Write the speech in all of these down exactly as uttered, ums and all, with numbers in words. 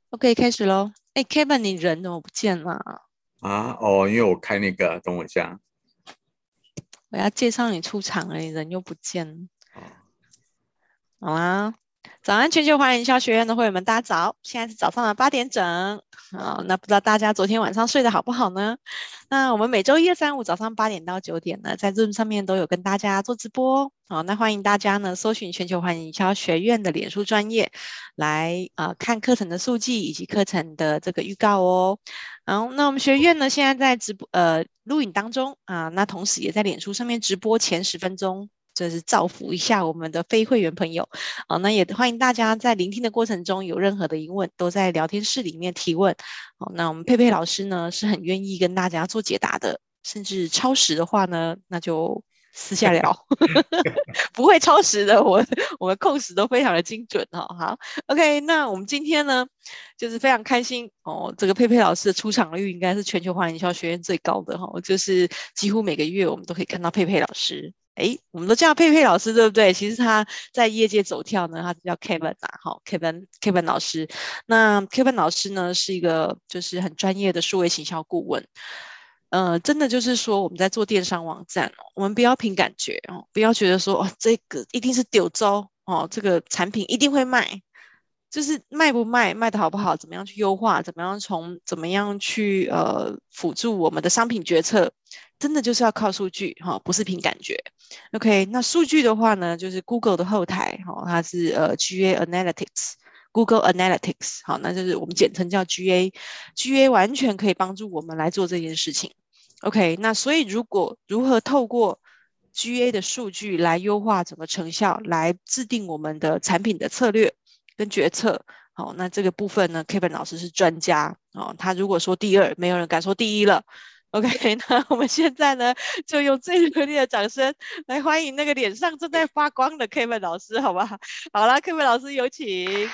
OK，开始喽。哎，Kevin，你人怎么不见了啊？ 啊，哦，因为我开那个，等我一下。 我要介绍你出场了，你人又不见了。 哦， 好啦，早安，全球华人营销学院的会员们，大家早！现在是早上的八点整。好，那不知道大家昨天晚上睡得好不好呢？那我们每周一、二、三、五早上八点到九点呢，在 Zoom 上面都有跟大家做直播。好，那欢迎大家呢搜寻全球华人营销学院的脸书专业来呃看课程的速记以及课程的这个预告哦。好，那我们学院呢现在在直播呃录影当中啊，那同时也在脸书上面直播前十分钟。就是造福一下我们的非会员朋友。好，那也欢迎大家在聆听的过程中有任何的疑问，都在聊天室里面提问。好，那我们佩佩老师呢是很愿意跟大家做解答的，甚至超时的话呢，那就私下聊，不会超时的，我我们控时都非常的精准哈、哦。好，OK，那我们今天呢就是非常开心哦，这个佩佩老师的出场率应该是全球华人营销学院最高的哈、哦，就是几乎每个月我们都可以看到佩佩老师。诶，我们都叫佩佩老师，对不对？其实他在业界走跳呢，他叫 Kevin 啊，好，Kevin Kevin 老师。那 Kevin 老师呢，是一个就是很专业的数位行销顾问。呃，真的就是说我们在做电商网站哦，我们不要凭感觉哦，不要觉得说哦，这个一定是丢招哦，这个产品一定会卖，就是卖不卖，卖的好不好，怎么样去优化，怎么样从怎么样去呃辅助我们的商品决策，真的就是要靠数据哈、哦，不是凭感觉。OK，那数据的话呢，就是 Google 的后台哈、哦，它是呃 G A Analytics。Google Analytics，好，那就是我们简称叫 G A，G A 完全可以帮助我们来做这件事情。OK，那所以如果如何透过 G A 的数据来优化整个成效，来制定我们的产品的策略跟决策，好，那这个部分呢，Kevin 老师是专家哦，他如果说第二，没有人敢说第一了。OK，那我们现在呢，就用最热烈的掌声来欢迎那个脸上正在发光的 Kevin 老师，好不好？好啦，Kevin 老师有请。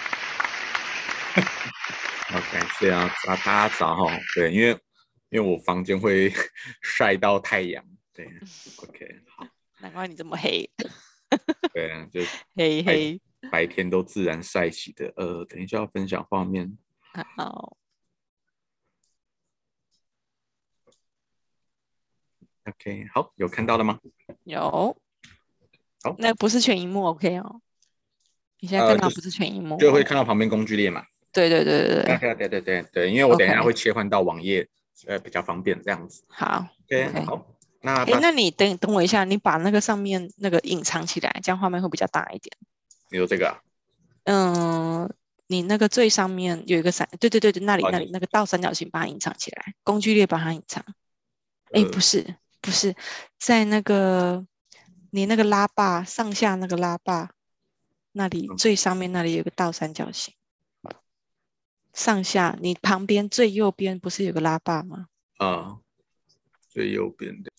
好，感谢啊，啊，大家早哈。对，因为因为我房间会晒到太阳。对，OK，好。 难怪你这么黑， 对啊，就白嘿嘿。 白天都自然晒起的。呃，等一下要分享画面。 好， OK，好，有看到了吗？ 有， 好， 那不是全荧幕，OK 哦。你现在看呃，就是到不是全荧幕就会哦。 看到旁边工具列嘛。 对对对对对对对对对对对，因为我等一下 ，OK， 会切换到网页，呃，比较方便这样子。 好 OK， ，OK。 好，那哎， 大那你等等我一下，你把那个上面那个隐藏起来，这样画面会比较大一点。 你说这个啊？ 嗯，你那个最上面有一个三，对对对对，那里哦， 那里你那个倒三角形把它隐藏起来，工具列把它隐藏。哎， 呃不是不是，在那个你那个拉霸上下那个拉霸那里最上面那里有个倒三角形。上下，你旁边最右边不是有个拉霸吗？ 啊，最右边的。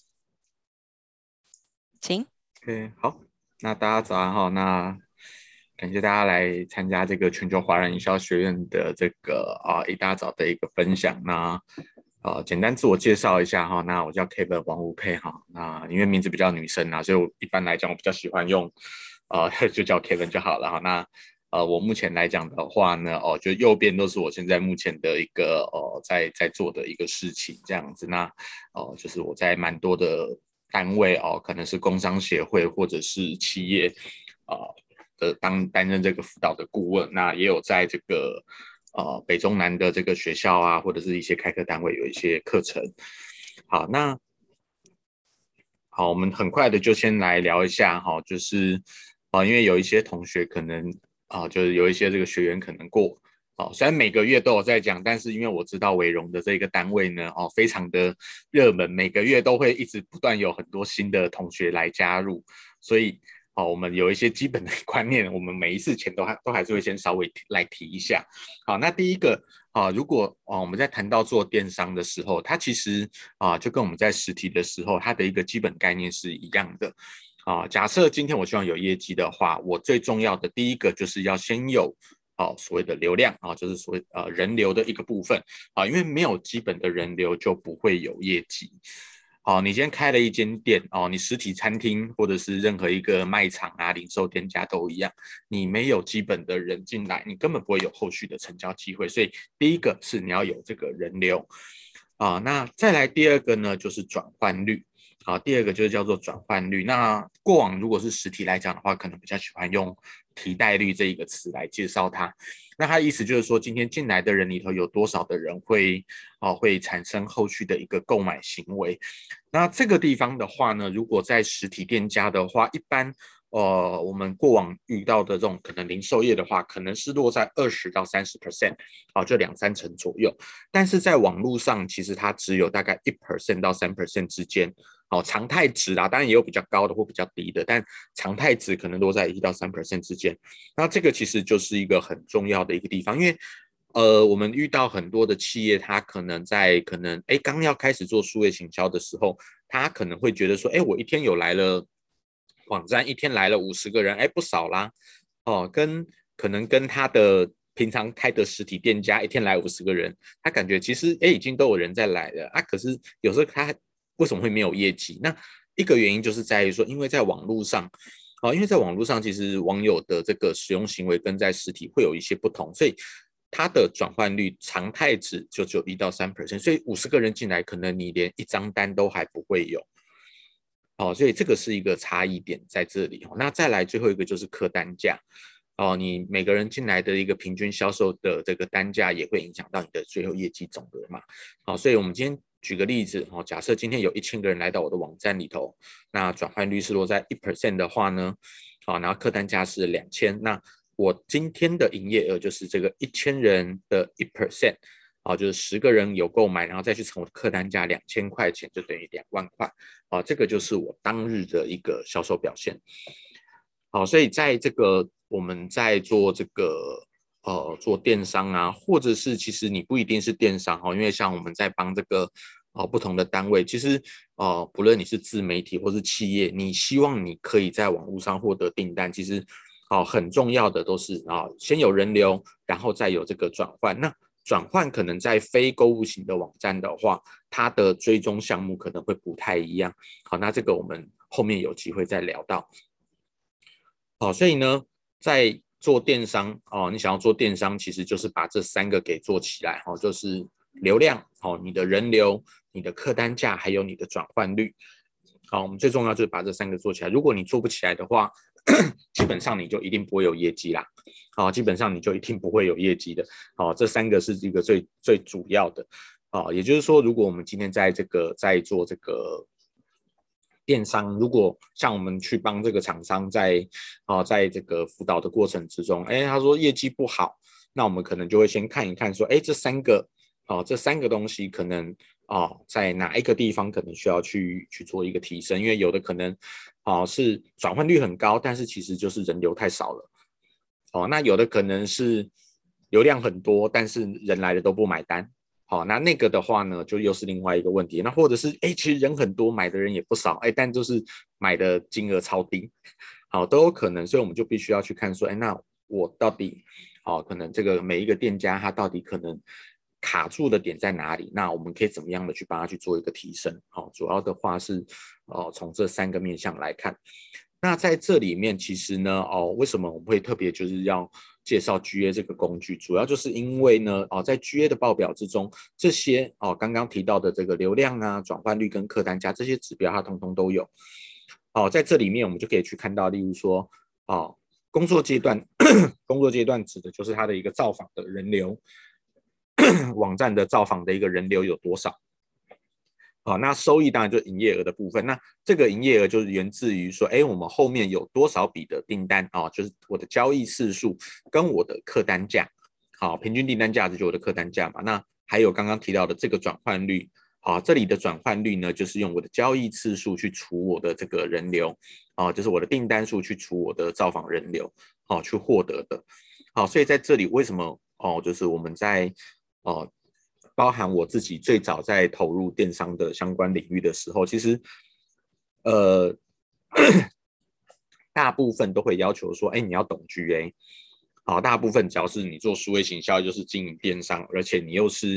请。 OK，好，那大家早上好。那感谢大家来参加这个全球华人营销学院的这个啊一大早的一个分享。那呃，简单自我介绍一下哈。那我叫 Kevin 王吴佩哈。那因为名字比较女生啊，所以我一般来讲我比较喜欢用呃就叫 Kevin 就好了哈。那呃，我目前来讲的话呢，哦，就右边都是我现在目前的一个呃在在做的一个事情这样子。那哦、呃，就是我在蛮多的单位哦，可能是工商协会或者是企业啊、呃、的当担任这个辅导的顾问。那也有在这个呃北中南的这个学校啊，或者是一些开课单位有一些课程。好，那好，我们很快的就先来聊一下哈，就是啊、呃因为有一些同学可能啊、呃就是有一些这个学员可能过哦，虽然每个月都有在讲，但是因为我知道伟荣的这个单位呢，哦，非常的热门，每个月都会一直不断有很多新的同学来加入，所以哦，我们有一些基本的观念，我们每一次前都还都还是会先稍微来提一下。好，那第一个啊，如果啊我们在谈到做电商的时候，它其实啊就跟我们在实体的时候，它的一个基本概念是一样的。啊，假设今天我希望有业绩的话，我最重要的第一个就是要先有哦所谓的流量啊，就是所谓呃人流的一个部分啊，因为没有基本的人流就不会有业绩。 哦，你今天开了一间店哦，你实体餐厅或者是任何一个卖场啊、零售店家都一样，你没有基本的人进来，你根本不会有后续的成交机会。所以第一个是你要有这个人流啊，那再来第二个呢，就是转换率。好，第二个就是叫做转换率。那过往如果是实体来讲的话，可能比较喜欢用替代率这一个词来介绍它。那它的意思就是说，今天进来的人里头有多少的人会哦会产生后续的一个购买行为。那这个地方的话呢，如果在实体店家的话，一般呃我们过往遇到的这种可能零售业的话，可能是落在二十到三十 percent， 哦，就两三成左右。但是在网络上，其实它只有大概一 percent 到三 percent 之间。哦，常态值啊，当然也有比较高的或比较低的，但常态值可能落在一到三 percent 之间。那这个其实就是一个很重要的一个地方，因为呃，我们遇到很多的企业，它可能在可能哎刚要开始做数位行销的时候，他可能会觉得说，哎，我一天有来了网站，一天来了五十个人，哎，不少啦。哦，跟可能跟他的平常开的实体店家一天来五十个人，他感觉其实哎已经都有人在来了啊，可是有时候他为什么会没有业绩？那一个原因就是在于说，因为在网络上，哦，因为在网络上，其实网友的这个使用行为跟在实体会有一些不同，所以它的转换率常态值就只有一到三 percent，所以五十个人进来，可能你连一张单都还不会有。哦，所以这个是一个差异点在这里。那再来最后一个就是客单价。哦，你每个人进来的一个平均销售的这个单价也会影响到你的最后业绩总额嘛。好，所以我们今天举个例子，哦，假设今天有一千个人来到我的网站里头，那转换率是落在一 percent 的话呢，好，然后客单价是两千，那我今天的营业额就是这个一千人的一 percent。啊，就是十个人有购买，然后再去乘我的客单价两千块钱，就等于两万块。啊，这个就是我当日的一个销售表现。好，所以在这个我们在做这个呃做电商啊，或者是其实你不一定是电商哈，因为像我们在帮这个呃不同的单位，其实呃不论你是自媒体或是企业，你希望你可以在网络上获得订单，其实哦、呃、很重要的都是啊、呃、先有人流，然后再有这个转换。那转换可能在非购物型的网站的话，它的追踪项目可能会不太一样。好，那这个我们后面有机会再聊到。好，所以呢，在做电商哦，你想要做电商，其实就是把这三个给做起来哦，就是流量哦，你的人流、你的客单价，还有你的转换率。好，我们最重要就是把这三个做起来。如果你做不起来的话，基本上你就一定不会有业绩啦。好，基本上你就一定不会有业绩的。好，这三个是一个最最主要的。好，也就是说，如果我们今天在这个在做这个电商，如果像我们去帮这个厂商在啊、呃，在这个辅导的过程之中，哎，他说业绩不好，那我们可能就会先看一看，说，哎，这三个哦、呃，这三个东西可能哦、呃，在哪一个地方可能需要去去做一个提升，因为有的可能哦、呃、是转换率很高，但是其实就是人流太少了，哦，那有的可能是流量很多，但是人来的都不买单。好，那那个的话呢，就又是另外一个问题。那或者是，哎，其实人很多，买的人也不少，哎，但就是买的金额超低，好，都有可能。所以我们就必须要去看说，哎，那我到底，好，可能这个每一个店家他到底可能卡住的点在哪里？那我们可以怎么样的去帮他去做一个提升？好，主要的话是，哦，从这三个面向来看。那在这里面，其实呢，哦，为什么我们会特别就是要介绍 G A 这个工具？主要就是因为呢，哦，在 G A 的报表之中，这些哦刚刚提到的这个流量啊、转换率跟客单价这些指标，它通通都有。哦，在这里面我们就可以去看到，例如说，哦，工作阶段，工作阶段指的就是它的一个造访的人流，网站的造访的一个人流有多少。好，那收益当然就是营业额的部分。那这个营业额就是源自于说，哎，我们后面有多少笔的订单啊、哦？就是我的交易次数跟我的客单价，好，平均订单价值就是我的客单价嘛。那还有刚刚提到的这个转换率，啊，这里的转换率呢，就是用我的交易次数去除我的这个人流，啊，就是我的订单数去除我的造访人流，好、啊，去获得的。好，所以在这里为什么哦，就是我们在哦。包含我自己最早在投入电商的相关领域的时候，其实呃大部分都会要求说，哎，你要懂 G A。好，大部分只要是你做数位行销，就是经营电商，而且你又是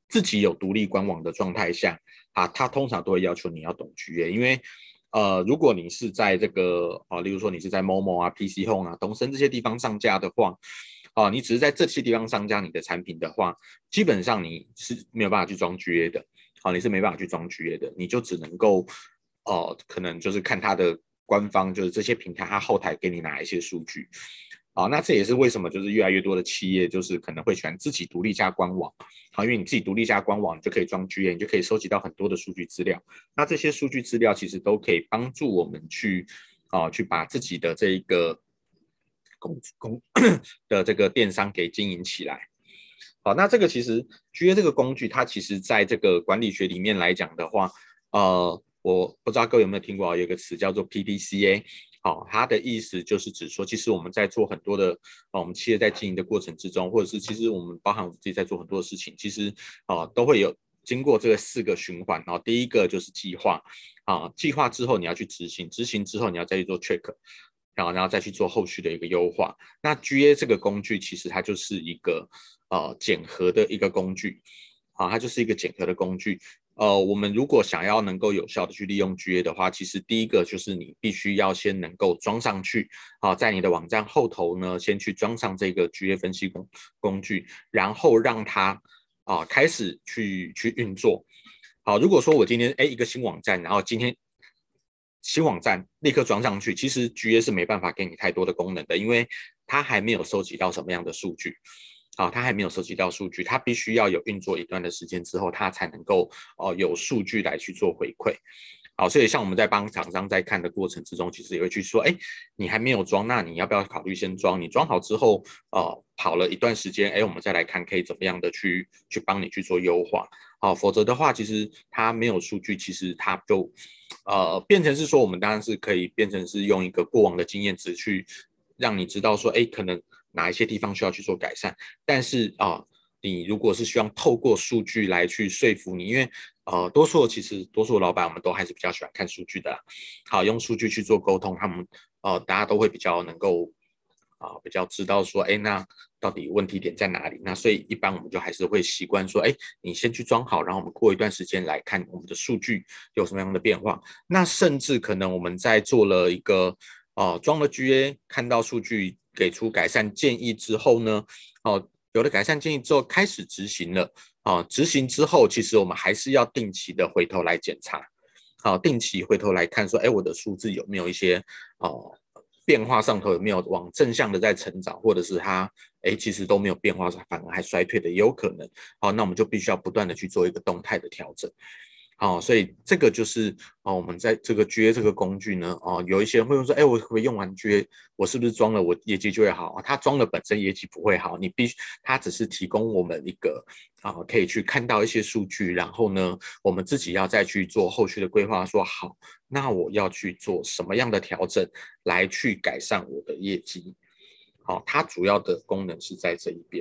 自己有独立官网的状态下啊，他通常都会要求你要懂 G A， 因为呃，如果你是在这个啊，例如说你是在 Momo 啊、P C Home 啊、东森这些地方上架的话，啊，你只是在这些地方上架你的产品的话，基本上你是没有办法去装 G A 的，好、啊，你是没办法去装 G A 的，你就只能够哦、呃，可能就是看它的官方，就是这些平台它后台给你哪一些数据。啊，那这也是为什么就是越来越多的企业就是可能会喜欢自己独立加官网，好，因为你自己独立加官网，你就可以装 G A， 你就可以收集到很多的数据资料。那这些数据资料其实都可以帮助我们去啊，去把自己的这一个公公的这个电商给经营起来。好，那这个其实 G A 这个工具，它其实在这个管理学里面来讲的话，呃，我不知道各位有没有听过，有一个词叫做 P D C A。好，它的意思就是指说，其实我们在做很多的，啊，我们企业在经营的过程之中，或者是其实我们包含我们自己在做很多的事情，其实啊都会有经过这个四个循环。然后第一个就是计划，啊，计划之后你要去执行，执行之后你要再去做 check，然后然后再去做后续的一个优化。那 G A 这个工具其实它就是一个呃检核的一个工具，啊，它就是一个检核的工具。呃，我们如果想要能够有效的去利用 G A 的话，其实第一个就是你必须要先能够装上去啊，在你的网站后头呢，先去装上这个 G A 分析工工具，然后让它啊开始去去运作。好，如果说我今天哎一个新网站，然后今天新网站立刻装上去，其实 G A 是没办法给你太多的功能的，因为它还没有收集到什么样的数据。啊，它还没有收集到数据，它必须要有运作一段的时间之后，它才能够哦、呃、有数据来去做回馈。好，所以像我们在帮厂商在看的过程之中，其实也会去说，哎，你还没有装，那你要不要考虑先装？你装好之后，呃，跑了一段时间，哎，我们再来看可以怎么样的去去帮你去做优化。好，否则的话，其实它没有数据，其实它就呃变成是说，我们当然是可以变成是用一个过往的经验值去让你知道说，哎，可能哪一些地方需要去做改善。但是啊、呃，你如果是希望透过数据来去说服你，因为呃，多数其实多数的老板我们都还是比较喜欢看数据的啦。好，用数据去做沟通，他们呃大家都会比较能够啊、呃、比较知道说，哎，那到底问题点在哪里？那所以一般我们就还是会习惯说，哎，你先去装好，然后我们过一段时间来看我们的数据有什么样的变化。那甚至可能我们在做了一个呃装了 G A， 看到数据给出改善建议之后呢，哦、呃，有了改善建议之后开始执行了。啊，执行之后，其实我们还是要定期的回头来检查，好、啊，定期回头来看说，哎，我的数字有没有一些哦、呃、变化上头有没有往正向的在成长，或者是它哎其实都没有变化，反而还衰退的也有可能。好、啊，那我们就必须要不断的去做一个动态的调整。好、哦，所以这个就是哦，我们在这个 G A 这个工具呢，哦，有一些人会说，哎，我可不可以用完 G A， 我是不是装了我业绩就会好？它装了本身业绩不会好，你必须它只是提供我们一个啊、呃，可以去看到一些数据，然后呢，我们自己要再去做后续的规划，说好，那我要去做什么样的调整来去改善我的业绩？好、哦，它主要的功能是在这一边。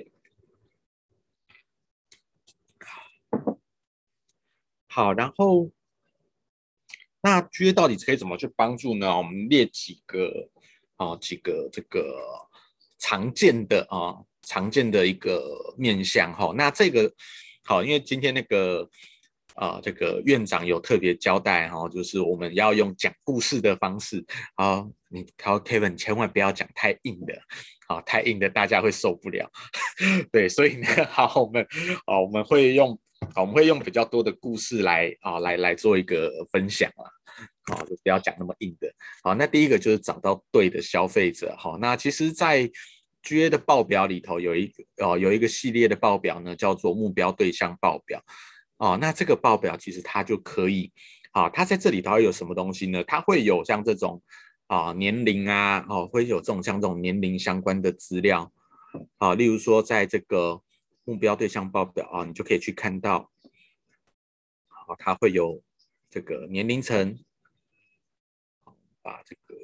好，然后那 G A 到底可以怎么去帮助呢？我们列几个啊、呃、几个这个常见的啊、呃、常见的一个面向哈、哦。那这个好，因为今天那个啊、呃、这个院长有特别交代哈、哦，就是我们要用讲故事的方式啊、哦。你靠 Kevin 千万不要讲太硬的，啊，太硬的大家会受不了。对，所以呢，好，我们啊我们会用。我们会用比较多的故事来啊，来来做一个分享啊，好，就不要讲那么硬的。好，那第一个就是找到对的消费者。好，那其实，在 G A 的报表里头有一个哦，有一个系列的报表呢，叫做目标对象报表。哦，那这个报表其实它就可以啊，它在这里头有什么东西呢？它会有像这种啊年龄啊，哦，会有这种像这种年龄相关的资料啊，例如说在这个目标对象报表啊，你就可以去看到，啊，它会有这个年龄层，把这个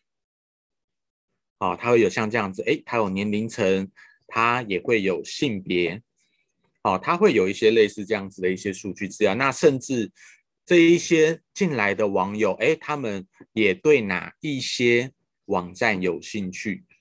啊，它会有像这样子，哎，它有年龄层，它也会有性别，哦，它会有一些类似这样子的一些数据资料。那甚至这一些进来的网友，哎，他们也对哪一些网站有兴趣？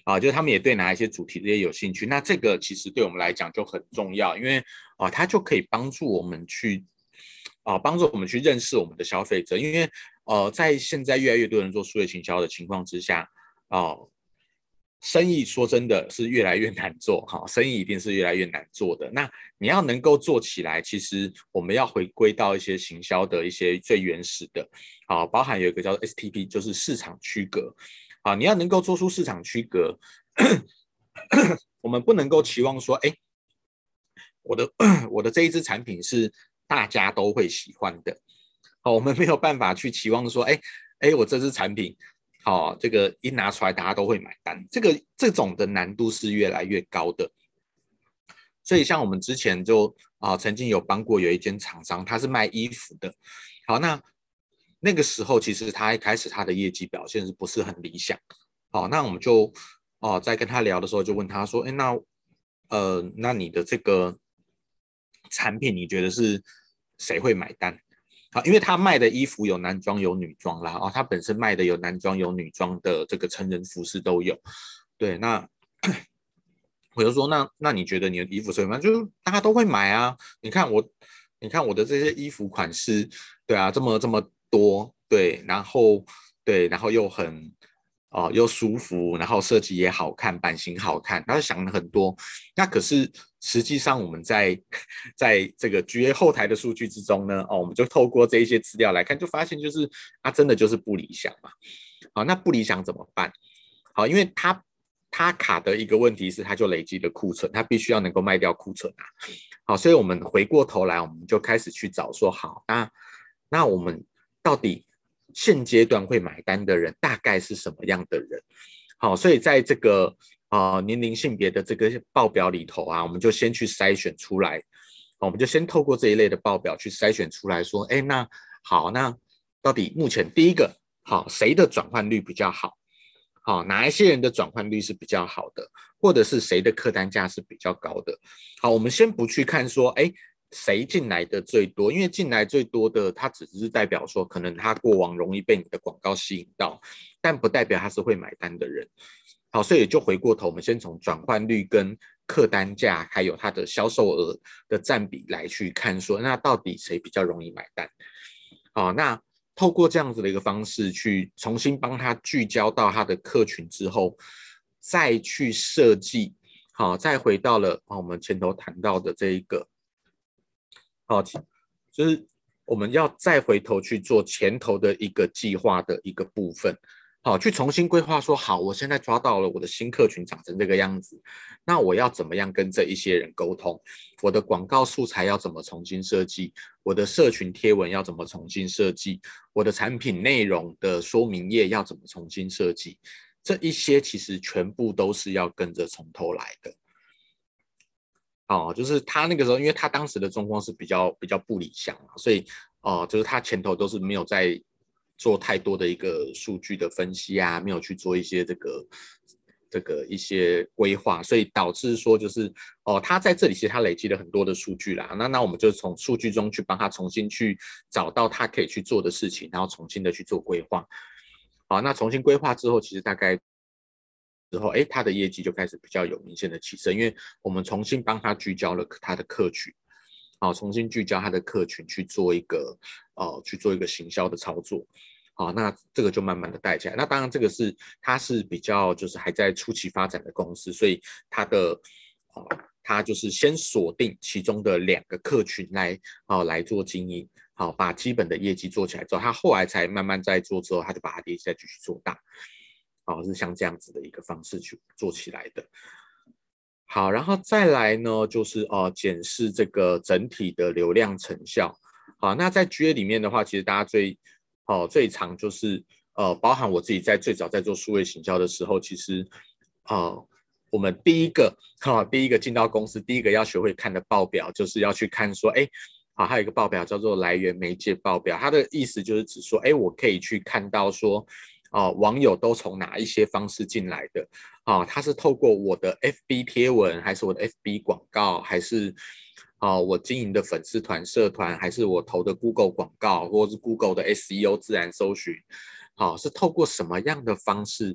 啊，就是他们也对哪一些主题这些有兴趣。那这个其实对我们来讲就很重要，因为啊，它就可以帮助我们去啊，帮助我们去认识我们的消费者。因为呃，在现在越来越多人做数位行销的情况之下，哦、生意说真的是越来越难做，哈，生意一定是越来越难做的。那你要能够做起来，其实我们要回归到一些行销的一些最原始的，啊，包含有一个叫做 S T P， 就是市场区隔，啊，你要能够做出市场区隔，我们不能够期望说，哎，我的我的这一支产品是大家都会喜欢的，好，我们没有办法去期望说，哎哎，我这支产品。好、哦，这个一拿出来，大家都会买单。这个这种的难度是越来越高的。所以像我们之前就啊、呃，曾经有帮过有一间厂商，他是卖衣服的。好，那那个时候其实他一开始他的业绩表现是不是很理想？好，那我们就哦、呃，在跟他聊的时候就问他说，哎，那呃，那你的这个产品，你觉得是谁会买单？好，因为他卖的衣服有男装有女装啦，哦，他本身卖的有男装有女装的这个成人服饰都有。对，那我就说，那那你觉得你的衣服谁会买？就是大家都会买啊。你看我，你看我的这些衣服款式，对啊，这么这么多，对，然后对，然后又很哦、呃又舒服，然后设计也好看，版型好看，他就想了很多。那可是实际上我们在在这个 G A 后台的数据之中呢，哦，我们就透过这一些资料来看，就发现就是啊，真的就是不理想嘛。好，那不理想怎么办？好，因为它它卡的一个问题是，它就累积的库存，它必须要能够卖掉库存啊。好，所以我们回过头来，我们就开始去找说，好，那那我们到底现阶段会买单的人大概是什么样的人？好，所以在这个啊、呃、年龄性别的这个报表里头啊，我们就先去筛选出来，我们就先透过这一类的报表去筛选出来说，哎，那好，那到底目前第一个好谁的转换率比较好？好，哪一些人的转换率是比较好的，或者是谁的客单价是比较高的？好，我们先不去看说，哎，谁进来的最多，因为进来最多的，它只是代表说，可能他过往容易被你的广告吸引到，但不代表他是会买单的人。好，所以就回过头，我们先从转换率跟客单价，还有它的销售额的占比来去看说，那到底谁比较容易买单？好，那透过这样子的一个方式去重新帮他聚焦到他的客群之后，再去设计，好，再回到了我们前头谈到的这一个，好，就是我们要再回头去做前头的一个计划的一个部分，好，去重新规划说，好，我现在抓到了我的新客群长成这个样子，那我要怎么样跟这一些人沟通？我的广告素材要怎么重新设计？我的社群贴文要怎么重新设计？我的产品内容的说明页要怎么重新设计？这一些其实全部都是要跟着从头来的。哦，就是他那个时候，因为他当时的状况是比较比较不理想嘛，所以哦、呃，就是他前头都是没有在做太多的一个数据的分析啊，没有去做一些这个这个一些规划，所以导致说就是哦，他在这里其实他累积了很多的数据啦，那那我们就从数据中去帮他重新去找到他可以去做的事情，然后重新的去做规划。好，那重新规划之后，其实大概之后，哎，他的业绩就开始比较有明显的起色，因为我们重新帮他聚焦了他的客群，好，重新聚焦他的客群去做一个呃去做一个行销的操作，好，那这个就慢慢的带起来。那当然这个是它是比较就是还在初期发展的公司，所以它的呃它就是先锁定其中的两个客群来哦、呃、来做经营，好，把基本的业绩做起来之后，他后来才慢慢在做之后，他就把它接下来继续做大。好，是像这样子的一个方式去做起来的。好，然后再来呢，就是呃检视这个整体的流量成效。好，那在 G A 里面的话，其实大家最哦最常就是呃，包含我自己在最早在做数位行销的时候，其实呃我们第一个哈、哦、第一个进到公司，第一个要学会看的报表，就是要去看说，哎。好，还有一个报表叫做来源媒介报表，它的意思就是指说，哎，我可以去看到说，哦，网友都从哪一些方式进来的？啊、哦，它是透过我的 F B 贴文，还是我的 F B 广告，还是啊、哦、我经营的粉丝团、社团，还是我投的 Google 广告，或者是 Google 的 S E O 自然搜寻？好、哦，是透过什么样的方式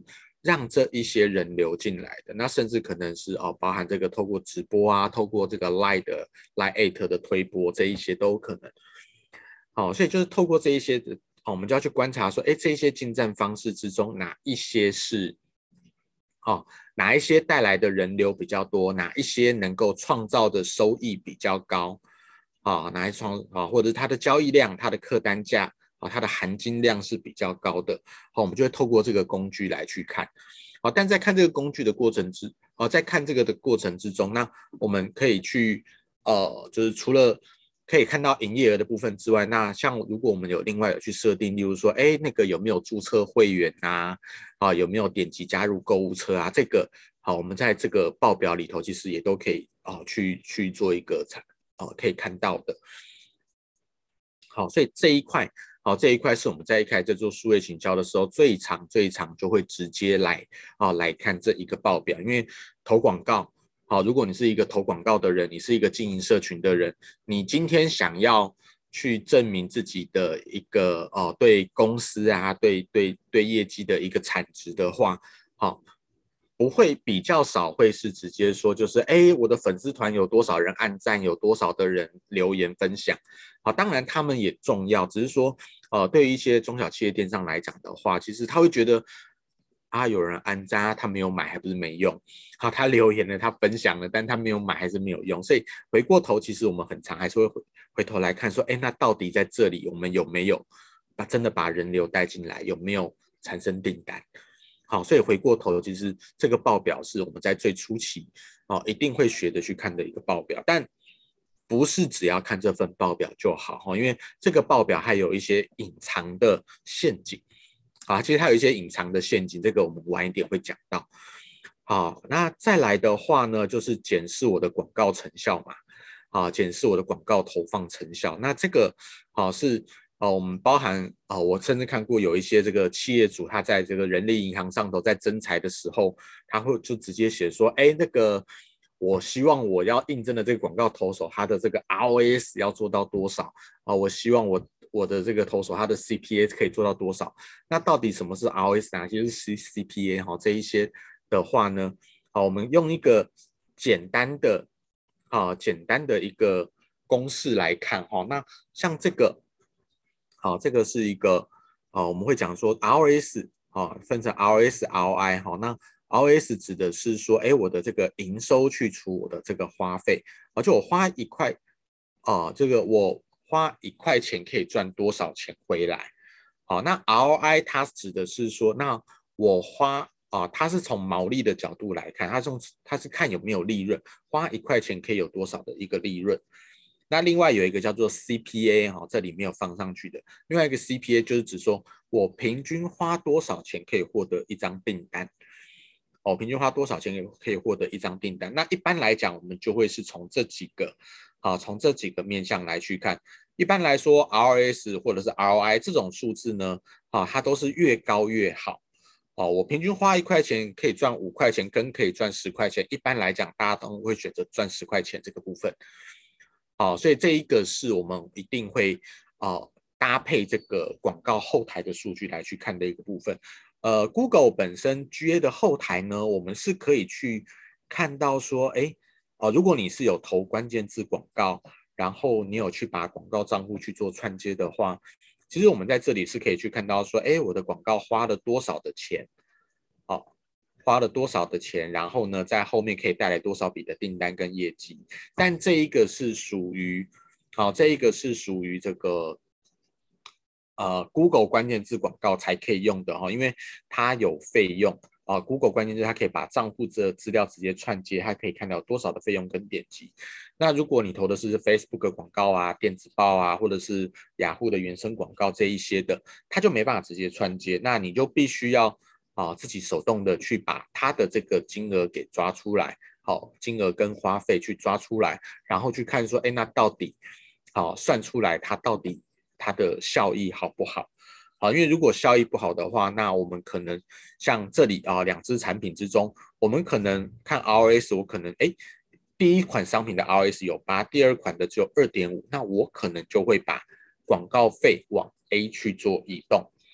让这一些人流进来的。那甚至可能是哦，包含这个透过直播啊，透过这个 Line 的 Line at 的推播，这一些都有可能。好、哦，所以就是透过这一些的、哦，我们就要去观察说，哎，这一些进站方式之中，哪一些是哦，哪一些带来的人流比较多，哪一些能够创造的收益比较高，啊、哦，哪一创啊、哦，或者是它的交易量、它的客单价啊、哦，它的含金量是比较高的，好、哦，我们就会透过这个工具来去看，好、哦，但在看这个工具的过程之，哦，在看这个的过程之中，那我们可以去，呃，就是除了可以看到营业额的部分之外，那像如果我们有另外有去设定，例如说，哎，那个有没有注册会员啊？啊，有没有点击加入购物车啊？这个好，我们在这个报表里头其实也都可以啊，去去做一个啊，可以看到的。好，所以这一块，好，这一块是我们在一开始在做数位行销的时候，最常最常就会直接来啊来看这一个报表，因为投广告。好，如果你是一个投广告的人，你是一个经营社群的人，你今天想要去证明自己的一个哦对公司啊，对对对业绩的一个产值的话，好，不会比较少会是直接说就是哎我的粉丝团有多少人按赞，有多少的人留言分享，好，当然他们也重要，只是说呃对于一些中小企业电商来讲的话，其实他会觉得。啊，有人按赞，他没有买，还不是没用。好，他留言了，他分享了，但他没有买，还是没有用。所以回过头，其实我们很常还是会回回头来看，说，哎，那到底在这里我们有没有把真的把人流带进来，有没有产生订单？好，所以回过头，其实这个报表是我们在最初期哦一定会学着去看的一个报表，但不是只要看这份报表就好，因为这个报表还有一些隐藏的陷阱。啊，其实它有一些隐藏的陷阱，这个我们晚一点会讲到。好，那再来的话呢，就是检视我的广告成效嘛。啊，检视我的广告投放成效。那这个啊是啊，我们包含啊，我甚至看过有一些这个企业主，他在这个人力银行上头在征才的时候，他会就直接写说，哎，那个我希望我要应征的这个广告投手，他的这个 R O S 要做到多少啊？我希望我我的这个投手他的 C P A 可以做到多少？那到底什么是 R O S 哪些是 C P A 哈？这一些的话呢，好，我们用一个简单的啊简单的一个公式来看哈。那像这个，好，这个是一个啊，我们会讲说 R O S 啊，分成 R O S、R O I 哈。那 R O S 指的是说，哎，我的这个营收去除我的这个花费，啊，就我花一块啊，这个我花一块钱可以赚多少钱回来？好，那 R O I 它指的是说，那我花啊，它是从毛利的角度来看，它从它是看有没有利润，花一块钱可以有多少的一个利润。那另外有一个叫做 C P A 哈，这里没有放上去的。另外一个 C P A 就是指说我平均花多少钱可以获得一张订单。哦，平均花多少钱可以获得一张订单？那一般来讲，我们就会是从这几个啊，从这几个面向来去看。一般来说 ，R O S 或者是 R O I 这种数字呢，啊，它都是越高越好。哦，我平均花一块钱可以赚五块钱，跟可以赚十块钱。一般来讲，大家都会选择赚十块钱这个部分。好，所以这一个是我们一定会啊、呃、搭配这个广告后台的数据来去看的一个部分。呃 ，Google 本身 G A 的后台呢，我们是可以去看到说，哎，哦、呃，如果你是有投关键字广告，然后你有去把广告账户去做串接的话，其实我们在这里是可以去看到说，哎，我的广告花了多少的钱，哦，花了多少的钱，然后呢，在后面可以带来多少笔的订单跟业绩。但这一个是属于，好、哦，这一个是属于这个。呃，Google 关键字广告才可以用的哈、哦，因为它有费用啊、呃。Google 关键字它可以把账户的资料直接串接，它可以看到多少的费用跟点击。那如果你投的是 Facebook 广告啊、电子报啊，或者是雅虎的原生广告这一些的，它就没办法直接串接，那你就必须要啊、呃、自己手动的去把它的这个金额给抓出来，好，金额跟花费去抓出来，然后去看说，哎，那到底好、呃、算出来它到底。它的效益好不好？好，因为如果效益不好的话，那我们可能像这里啊，两支产品之中，我们可能看 R O S， 我可能哎，第一款商品的 R O S 有八，第二款的只有 二点五，那我可能就会把广告费往 A 去做移动。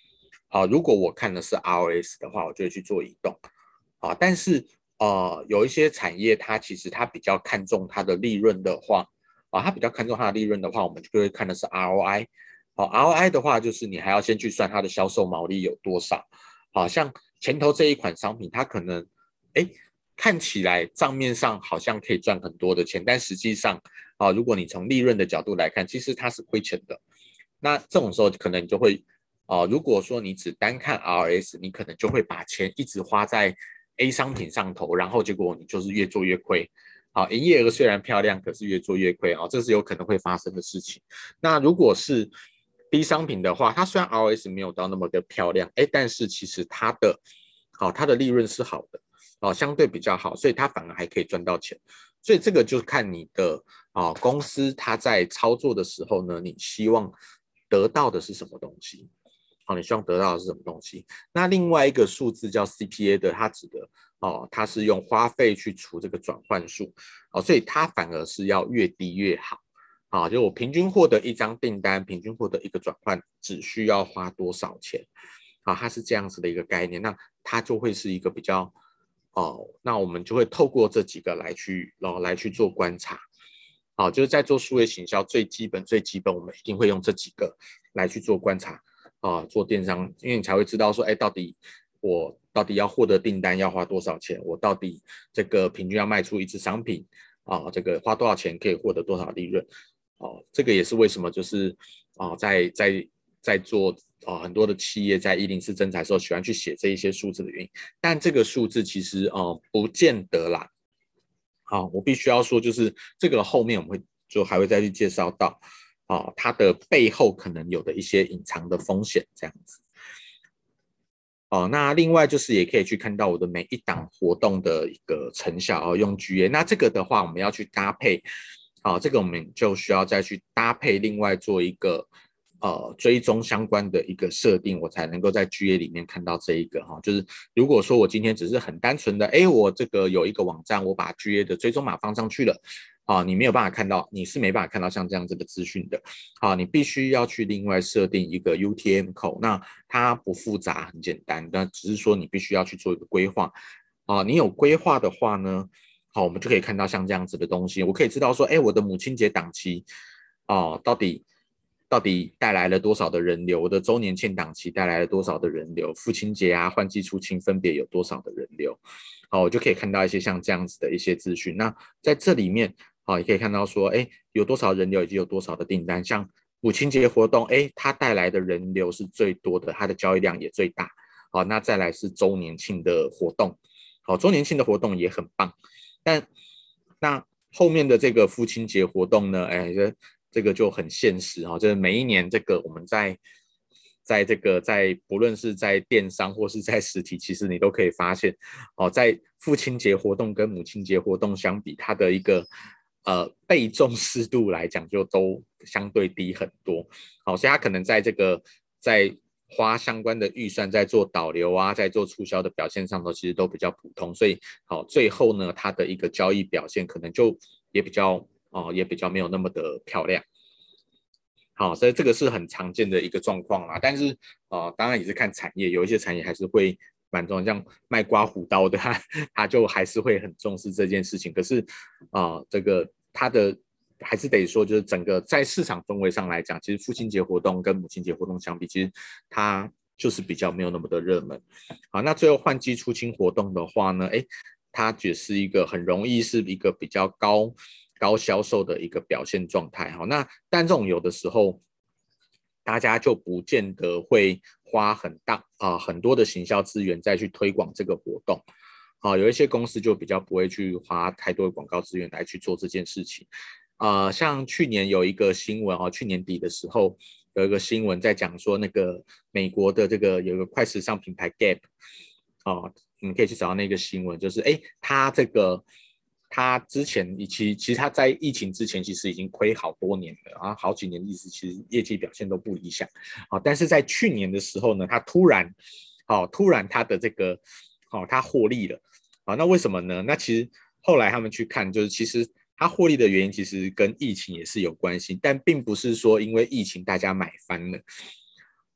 啊、如果我看的是 R O S 的话，我就会去做移动啊、但是呃，有一些产业它其实它比较看重它的利润的话啊，它比较看重它的利润的话，我们就会看的是 R O I。好，R O I 的话就是你还要先去算它的销售毛利有多少。好像前头这一款商品，它可能哎看起来账面上好像可以赚很多的钱，但实际上啊，如果你从利润的角度来看，其实它是亏钱的。那这种时候可能你就会啊，如果说你只单看 R S，你可能就会把钱一直花在 A 商品上头，然后结果你就是越做越亏。好，营业额虽然漂亮，可是越做越亏啊，这是有可能会发生的事情。那如果是 B 商品的话，它虽然 R S 没有到那么的漂亮，哎，但是其实它的好、它的利润是好的，哦，相对比较好，所以它反而还可以赚到钱。所以这个就看你的啊、公司它在操作的时候呢，你希望得到的是什么东西？好，你希望得到的是什么东西？那另外一个数字叫 C P A 的，它指的哦，它是用花费去除这个转换数，哦，所以它反而是要越低越好。啊，就我平均获得一张订单，平均获得一个转换，只需要花多少钱？啊，它是这样子的一个概念，那它就会是一个比较哦，那我们就会透过这几个来去，然后来去做观察。好，就是在做数位行销最基本最基本，我们一定会用这几个来去做观察啊，做电商，因为你才会知道说，哎，到底我到底要获得订单要花多少钱，我到底这个平均要卖出一支商品啊，这个花多少钱可以获得多少利润。哦，这个也是为什么就是啊，在在在做啊很多的企业在一零四征才的时候喜欢去写这一些数字的原因，但这个数字其实哦不见得啦。好，我必须要说，就是这个后面我们会就还会再去介绍到啊它的背后可能有的一些隐藏的风险这样子。哦，那另外就是也可以去看到我的每一档活动的一个成效哦，用 G A。那这个的话，我们要去搭配，哦，这个我们就需要再去搭配，另外做一个呃追踪相关的一个设定，我才能够在 G A 里面看到这一个哈、哦。就是如果说我今天只是很单纯的，哎，我这个有一个网站，我把 G A 的追踪码放上去了。啊，你没有办法看到，你是没办法看到像这样子的资讯的。啊，你必须要去另外设定一个 U T M 口，那它不复杂，很简单，那只是说你必须要去做一个规划。啊，你有规划的话呢，好，我们就可以看到像这样子的东西，我可以知道说，哎，我的母亲节档期，哦，到底到底带来了多少的人流？我的周年庆档期带来了多少的人流？父亲节啊、换季出清分别有多少的人流？好，我就可以看到一些像这样子的一些资讯。那在这里面，好，也可以看到说，哎，有多少人流以及有多少的订单。像母亲节活动，哎，它带来的人流是最多的，它的交易量也最大。好，那再来是周年庆的活动，好，周年庆的活动也很棒。但那后面的这个父亲节活动呢，哎，这这个就很现实哈、哦，就是每一年这个我们在在这个在不论是在电商或是在实体，其实你都可以发现，哦，在父亲节活动跟母亲节活动相比，它的一个呃被重视度来讲，就都相对低很多。好，所以它可能在这个在花相关的预算在做导流啊，在做促销的表现上头，其实都比较普通。所以好，最后呢，它的一个交易表现可能就也比较哦，也比较没有那么的漂亮。好，所以这个是很常见的一个状况啦。但是呃，当然也是看产业，有一些产业还是会蛮重要，像卖刮胡刀的，他他就还是会很重视这件事情。可是啊、呃，这个他的还是得说，就是整个在市场氛围上来讲，其实父亲节活动跟母亲节活动相比，其实它就是比较没有那么的热门。好，那最后换季出清活动的话呢，哎，它只是一个很容易是一个比较高高销售的一个表现状态。好，那但这种有的时候大家就不见得会花很大啊、呃、很多的行销资源再去推广这个活动。好，有一些公司就比较不会去花太多的广告资源来去做这件事情。呃，像去年有一个新闻哦，去年底的时候有一个新闻在讲说，那个美国的这个有一个快时尚品牌 Gap 哦，你们可以去找到那个新闻，就是哎，他这个他之前其其实他在疫情之前其实已经亏好多年了，然后好几年一直其实业绩表现都不理想啊，但是在去年的时候呢，他突然好、哦、突然他的这个好、哦、他获利了啊，那为什么呢？那其实后来他们去看，就是其实它获利的原因其实跟疫情也是有关系，但并不是说因为疫情大家买翻了，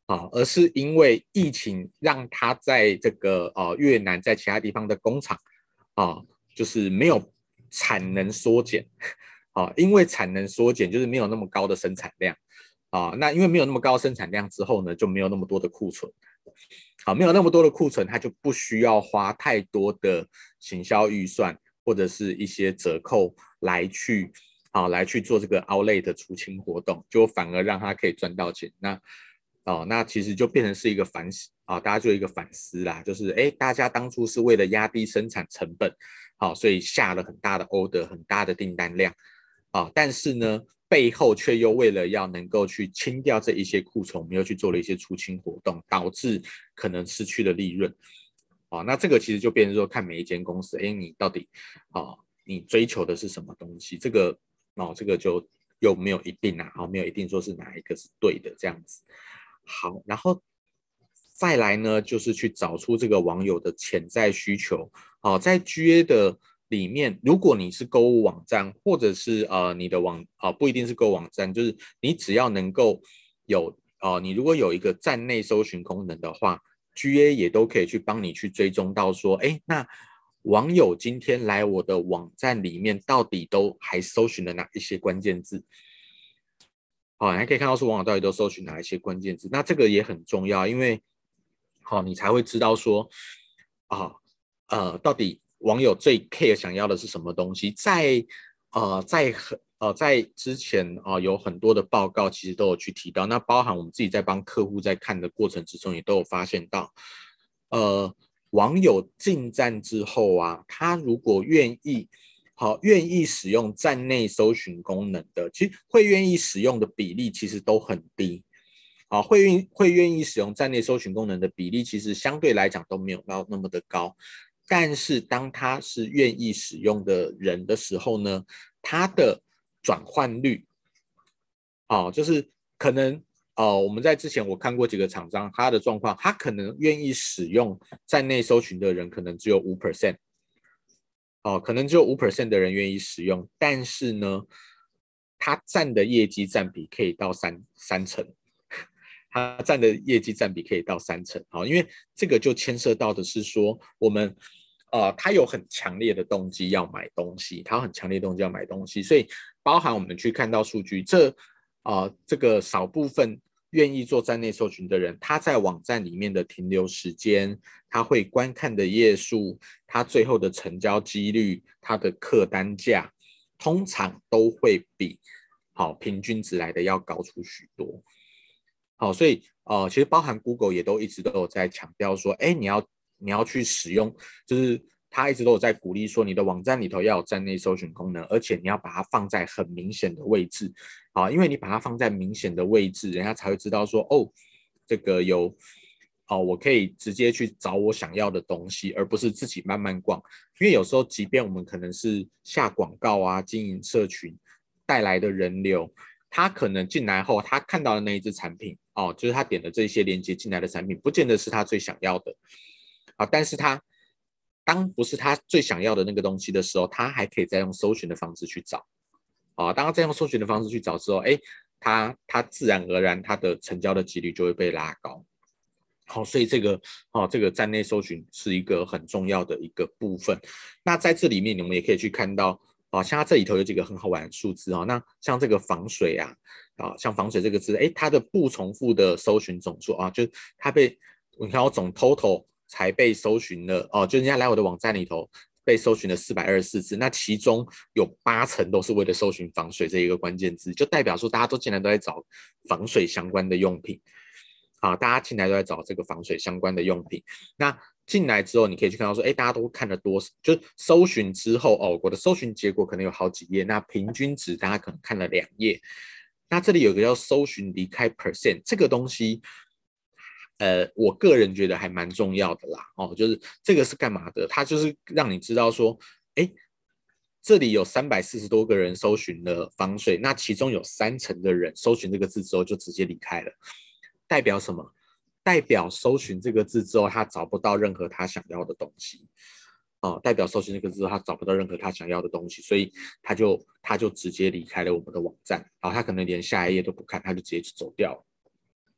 啊，而是因为疫情让他在这个呃越南在其他地方的工厂啊，就是没有产能缩减啊，因为产能缩减就是没有那么高的生产量啊，那因为没有那么高的生产量之后呢，就没有那么多的库存。好，没有那么多的库存，它就不需要花太多的行销预算或者是一些折扣来去好来去做这个 outlet 的出清活动，就反而让它可以赚到钱。那哦，那其实就变成是一个反思啊，大家就一个反思啦，就是哎，大家当初是为了压低生产成本，好，所以下了很大的 order，很大的订单量啊，但是呢，背后却又为了要能够去清掉这一些库存，我们又去做了一些出清活动，导致可能失去了利润。啊，那这个其实就变成说，看每一间公司，哎，你到底啊，你追求的是什么东西？这个哦，这个就又没有一定啊，哦，没有一定说是哪一个是对的这样子。好，然后再来呢，就是去找出这个网友的潜在需求。好，在 G A 的里面，如果你是购物网站，或者是呃你的网啊、呃、不一定是购物网站，就是你只要能够有呃你如果有一个站内搜寻功能的话，G A 也都可以去帮你去追踪到说，哎，那网友今天来我的网站里面，到底都还搜寻了哪一些关键字？好，你还可以看到说网友到底都搜寻哪一些关键字，那这个也很重要，因为好，你才会知道说啊呃，到底网友最 care 想要的是什么东西。在呃在呃在之前啊、呃、有很多的报告其实都有去提到，那包含我们自己在帮客户在看的过程之中，也都有发现到，呃，网友进站之后啊，他如果愿意。好，愿意使用站内搜寻功能的，其实会愿意使用的比例其实都很低。好，会愿会愿意使用站内搜寻功能的比例，其实相对来讲都没有到那么的高。但是当他是愿意使用的人的时候呢，他的转换率，哦，就是可能哦，我们在之前我看过几个厂商，他的状况，他可能愿意使用站内搜寻的人，可能只有五 percent。哦，可能只有五 percent 的人愿意使用，但是呢，它占的业绩占比可以到三三成，它占的业绩占比可以到三成。好，因为这个就牵涉到的是说，我们呃，他有很强烈的动机要买东西，他有很强烈的动机要买东西，所以包含我们去看到数据，这啊、呃、这个少部分愿意做站内搜寻的人，他在网站里面的停留时间，他会观看的页数，他最后的成交几率，他的客单价，通常都会比好平均值来的要高出许多。好，所以呃，其实包含 Google 也都一直都有在强调说，哎，你要你要去使用，就是他一直都有在鼓励说，你的网站里头要有站内搜寻功能，而且你要把它放在很明显的位置，啊，因为你把它放在明显的位置，人家才会知道说，哦，这个有，哦，我可以直接去找我想要的东西，而不是自己慢慢逛。因为有时候，即便我们可能是下广告啊，经营社群带来的人流，他可能进来后，他看到的那一只产品，哦，就是他点的这些连接进来的产品，不见得是他最想要的，啊，但是他当不是他最想要的那个东西的时候，他还可以再用搜寻的方式去找，啊，当他再用搜寻的方式去找之后，哎，他他自然而然他的成交的几率就会被拉高。好，所以这个哦，这个站内搜寻是一个很重要的一个部分。那在这里面，你们也可以去看到，啊，像它这里头有几个很好玩的数字啊。那像这个防水啊，啊，像防水这个字，哎，它的不重复的搜寻总数啊，就它被你看我总 total 才被搜寻了哦，就人家来我的网站里头被搜寻了四百二十四次，那其中有八成都是为了搜寻防水这一个关键字，就代表说大家都进来都在找防水相关的用品。啊，大家进来都在找这个防水相关的用品。那进来之后，你可以去看到说，哎，大家都看了多，就是搜寻之后，哦，我的搜寻结果可能有好几页，那平均值大家可能看了两页。那这里有个叫搜寻离开 percent 这个东西，呃，我个人觉得还蛮重要的啦。哦，就是这个是干嘛的？它就是让你知道说，哎，这里有三百四十多个人搜寻了防水，那其中有三成的人搜寻这个字之后就直接离开了。代表什么？代表搜寻这个字之后，他找不到任何他想要的东西。哦，代表搜寻这个字之后，他找不到任何他想要的东西，所以他就他就直接离开了我们的网站。然后他可能连下一页都不看，他就直接走掉了。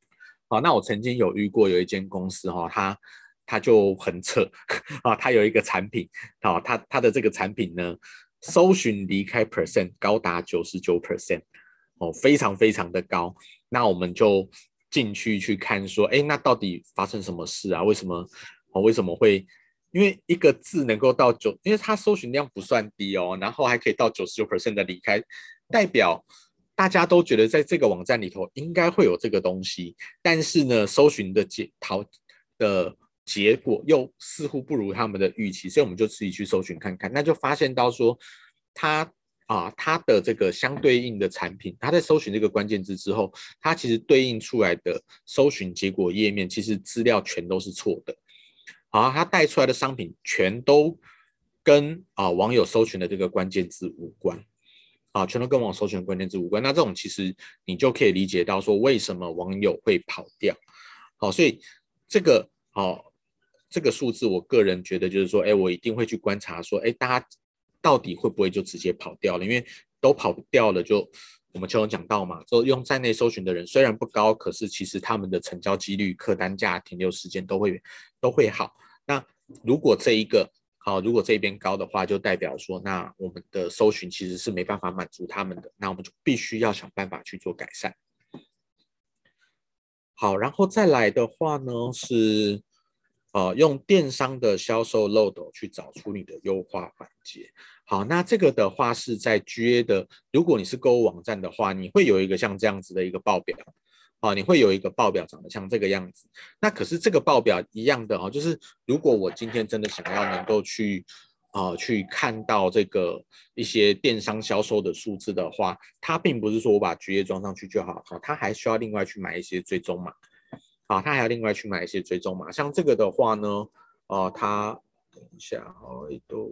好，那我曾经有遇过有一间公司哈，它它就很扯啊，它有一个产品，好，它它的这个产品呢，搜寻离开 percent 高达 百分之九十九， 哦，非常非常的高。那我们就进去去看说，哎，那到底发生什么事啊？为什么哦？为什么会？因为一个字能够到九，因为它搜寻量不算低哦，然后还可以到 百分之九十九 的离开，代表大家都觉得在这个网站里头应该会有这个东西，但是呢，搜寻的结逃的结果又似乎不如他们的预期，所以我们就自己去搜寻看看，那就发现到说，它啊，它的这个相对应的产品，它在搜寻这个关键字之后，它其实对应出来的搜寻结果页面，其实资料全都是错的。好，它带出来的商品全都跟啊网友搜寻的这个关键字无关。啊，全都跟网友搜寻的关键字无关。那这种其实你就可以理解到说，为什么网友会跑掉。好，所以这个好，这个数字，我个人觉得就是说，哎，我一定会去观察说，哎，大家到底会不会就直接跑掉了？因为都跑掉了就，就我们就有讲到嘛，就用站内搜寻的人虽然不高，可是其实他们的成交几率、客单价、停留时间都会都会好。那如果这一个好，如果这边高的话，就代表说，那我们的搜寻其实是没办法满足他们的，那我们就必须要想办法去做改善。好，然后再来的话呢，是呃用电商的销售漏斗去找出你的优化环节。好，那这个的话是在 G A 的，如果你是购物网站的话，你会有一个像这样子的一个报表。啊，你会有一个报表长得像这个样子。那可是这个报表一样的哦，就是如果我今天真的想要能够去啊、呃、去看到这个一些电商销售的数字的话，它并不是说我把 G A 装上去就好，好，它还需要另外去买一些追踪码。啊，它还要另外去买一些追踪码。像这个的话呢，呃，它等一下哦，都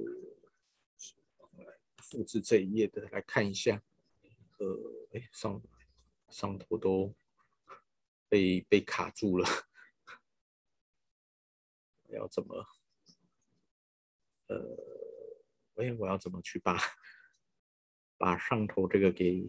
复制这一页的来看一下。呃，哎，上上头都被被卡住了，要怎么？呃，哎，我要怎么去把把上头这个给？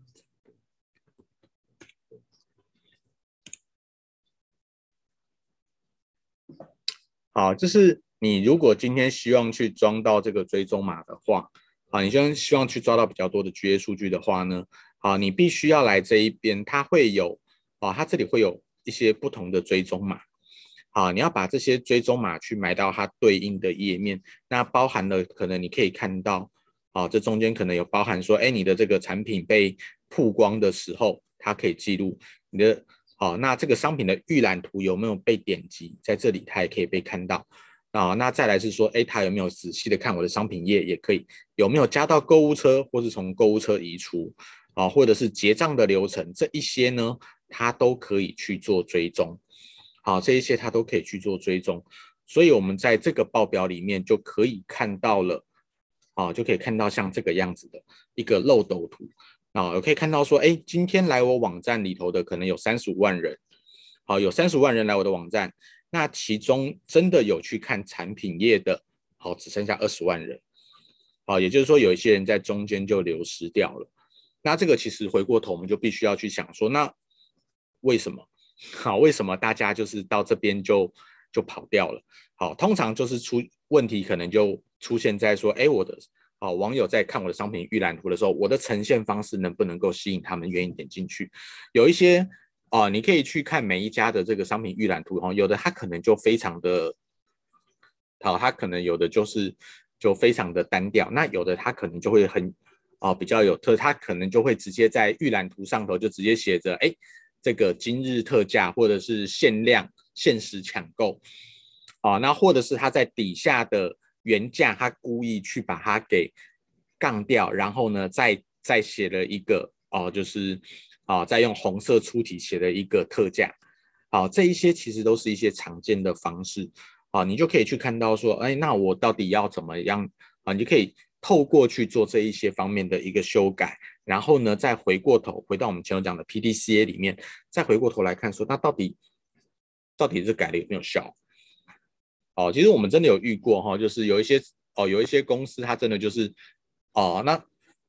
好，就是你如果今天希望去装到这个追踪码的话，啊，你就希望去抓到比较多的 G A 数据的话呢，啊，你必须要来这一边，它会有啊，它这里会有一些不同的追踪码。好，你要把这些追踪码去埋到它对应的页面，那包含了可能你可以看到，啊，这中间可能有包含说，哎，你的这个产品被曝光的时候，它可以记录你的，好，那这个商品的预览图有没有被点击，在这里它也可以被看到。啊，那再来是说，哎，他有没有仔细的看我的商品页，也可以有没有加到购物车，或是从购物车移除，啊，或者是结账的流程，这一些呢，它都可以去做追踪。好，这一些它都可以去做追踪，所以我们在这个报表里面就可以看到了，啊，就可以看到像这个样子的一个漏斗图，啊，我可以看到说，哎，今天来我网站里头的可能有三十五万人，好，有三十五万人来我的网站，那其中真的有去看产品页的，好，只剩下二十万人，好，也就是说有一些人在中间就流失掉了，那这个其实回过头我们就必须要去想说，那为什么？好，为什么大家就是到这边就就跑掉了？好，通常就是出问题，可能就出现在说，哎，我的好网友在看我的商品预览图的时候，我的呈现方式能不能够吸引他们愿意点进去？有一些哦、呃，你可以去看每一家的这个商品预览图，哦，有的它可能就非常的，好，它可能有的就是就非常的单调，那有的它可能就会很哦、呃、比较有特，它可能就会直接在预览图上头就直接写着，哎。这个今日特价或者是限量限时抢购啊，那或者是他在底下的原价，他故意去把它给杠掉，然后呢，再再写了一个哦，就是啊，再用红色粗体写了一个特价，好，这一些其实都是一些常见的方式啊，你就可以去看到说，哎，那我到底要怎么样啊？你就可以透过去做这一些方面的一个修改。然后呢，再回过头回到我们前头讲的 P D C A 里面，再回过头来看说，那到底到底是改了有没有效？哦，其实我们真的有遇过哈，就是有一些哦，有一些公司它真的就是哦，那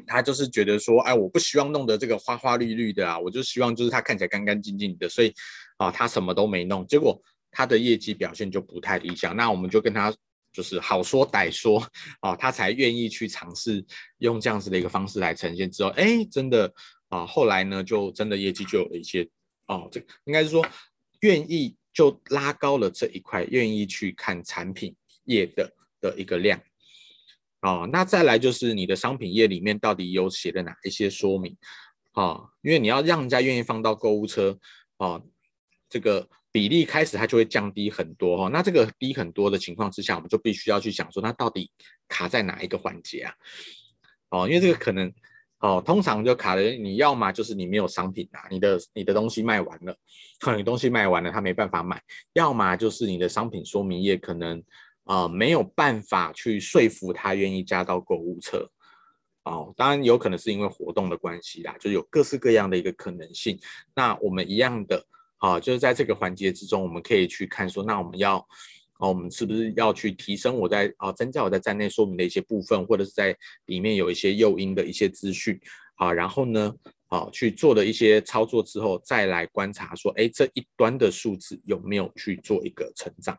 他就是觉得说，哎，我不希望弄得这个花花绿绿的啊，我就希望就是它看起来干干净净的，所以啊，他什么都没弄，结果他的业绩表现就不太理想。那我们就跟他就是好说歹说啊，他才愿意去尝试用这样子的一个方式来呈现。之后，哎，真的啊，后来呢，就真的业绩就有了一些哦，这应该是说愿意就拉高了这一块，愿意去看产品页的的一个量。哦，那再来就是你的商品页里面到底有写了哪一些说明哦，因为你要让人家愿意放到购物车哦，这个比例开始它就会降低很多哦。那这个低很多的情况之下，我们就必须要去想说，那到底卡在哪一个环节啊？哦，因为这个可能哦，通常就卡的你要嘛就是你没有商品啊，你的你的东西卖完了，你东西卖完了他没办法买，要么就是你的商品说明页可能。呃，没有办法去说服他愿意加到购物车哦，当然有可能是因为活动的关系啦，就有各式各样的一个可能性。那我们一样的啊，就是在这个环节之中，我们可以去看说，那我们要哦，我们是不是要去提升我在啊，增加我在站内说明的一些部分，或者是在里面有一些诱因的一些资讯啊，然后呢，啊，去做了一些操作之后，再来观察说，哎，这一端的数字有没有去做一个成长。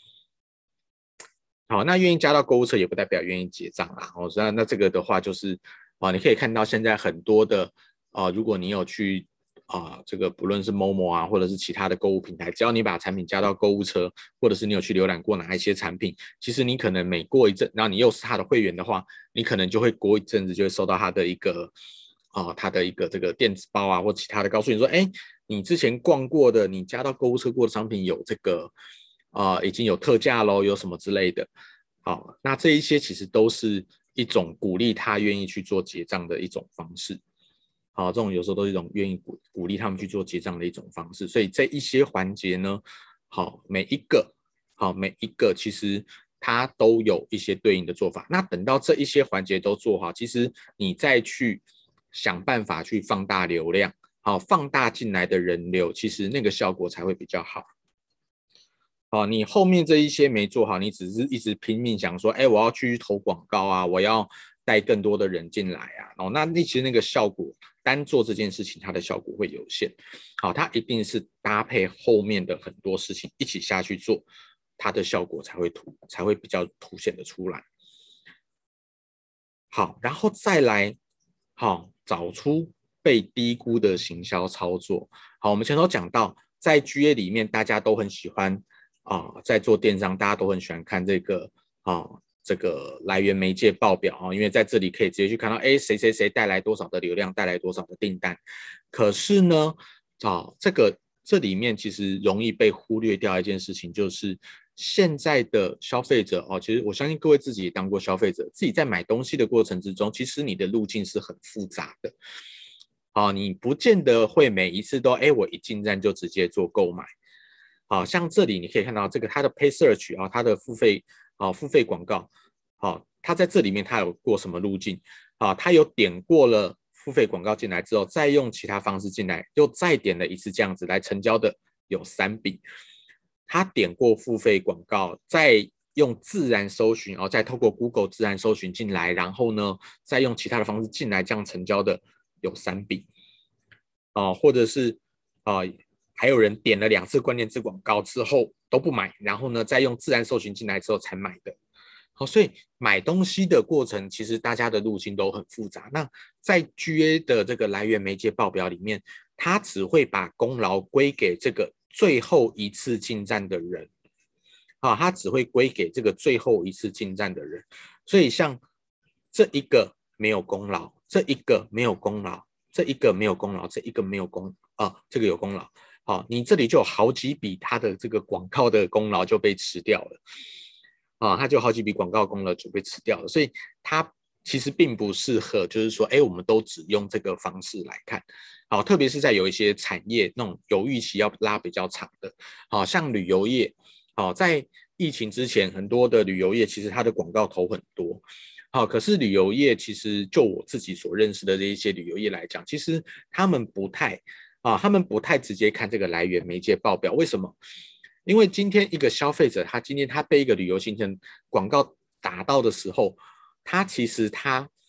好，那愿意加到购物车也不代表愿意结账啦。哦，那那这个的话就是啊，你可以看到现在很多的啊，如果你有去啊，这个不论是 Momo 啊，或者是其他的购物平台，只要你把产品加到购物车，或者是你有去浏览过哪一些产品，其实你可能每过一阵，然后你又是他的会员的话，你可能就会过一阵子就会收到他的一个啊，他的一个这个电子包啊，或其他的告诉你说，哎，你之前逛过的，你加到购物车过的商品有这个。啊、呃，已经有特价咯，有什么之类的。好，那这一些其实都是一种鼓励他愿意去做结账的一种方式。好，这种有时候都是一种愿意鼓鼓励他们去做结账的一种方式。所以这一些环节呢，好，每一个好每一个其实它都有一些对应的做法。那等到这一些环节都做好，其实你再去想办法去放大流量，好，放大进来的人流，其实那个效果才会比较好。哦，你后面这一些没做好，你只是一直拼命想说，哎，我要去投广告啊，我要带更多的人进来啊，哦，那那其实那个效果，单做这件事情，它的效果会有限。好，它一定是搭配后面的很多事情一起下去做，它的效果才会突才会比较凸显的出来。好，然后再来，好，找出被低估的行销操作。好，我们前头讲到，在 G A 里面，大家都很喜欢。啊，在做电商，大家都很喜欢看这个啊，这个来源媒介报表啊，因为在这里可以直接去看到，哎，谁谁谁带来多少的流量，带来多少的订单。可是呢，啊，这个这里面其实容易被忽略掉一件事情，就是现在的消费者哦，其实我相信各位自己也当过消费者，自己在买东西的过程之中，其实你的路径是很复杂的。啊，你不见得会每一次都，哎，我一进站就直接做购买。好，像这里你可以看到这个它的 Pay Search 啊，它的付费啊付费广告，好，它在这里面它有过什么路径啊？它有点过了付费广告进来之后，再用其他方式进来，又再点了一次这样子来成交的有三笔。它点过付费广告，再用自然搜寻，然后再透过 Google 自然搜寻进来，然后呢再用其他的方式进来这样成交的有三笔。啊，或者是啊。还有人点了两次关键字广告之后都不买，然后呢，再用自然搜寻进来之后才买的。好，所以买东西的过程，其实大家的路径都很复杂。那在 G A 的这个来源媒介报表里面，它只会把功劳归给这个最后一次进站的人。啊，它只会归给这个最后一次进站的人。所以像这一个没有功劳，这一个没有功劳，这一个没有功劳，这一个没有功啊，这个有功劳。好，你这里就有好几笔它的这个广告的功劳就被吃掉了啊，它就有好几笔广告功劳就被吃掉了，所以它其实并不适合，就是说，哎，我们都只用这个方式来看，好，特别是在有一些产业那种有预期要拉比较长的，好像旅游业，好，在疫情之前，很多的旅游业其实它的广告投很多，好，可是旅游业其实就我自己所认识的这一些旅游业来讲，其实他们不太。啊，他们不太直接看这个来源媒介报表，为什么？因为今天一个消费者，他今天他被一个旅游行程广告打到的时候，他其实他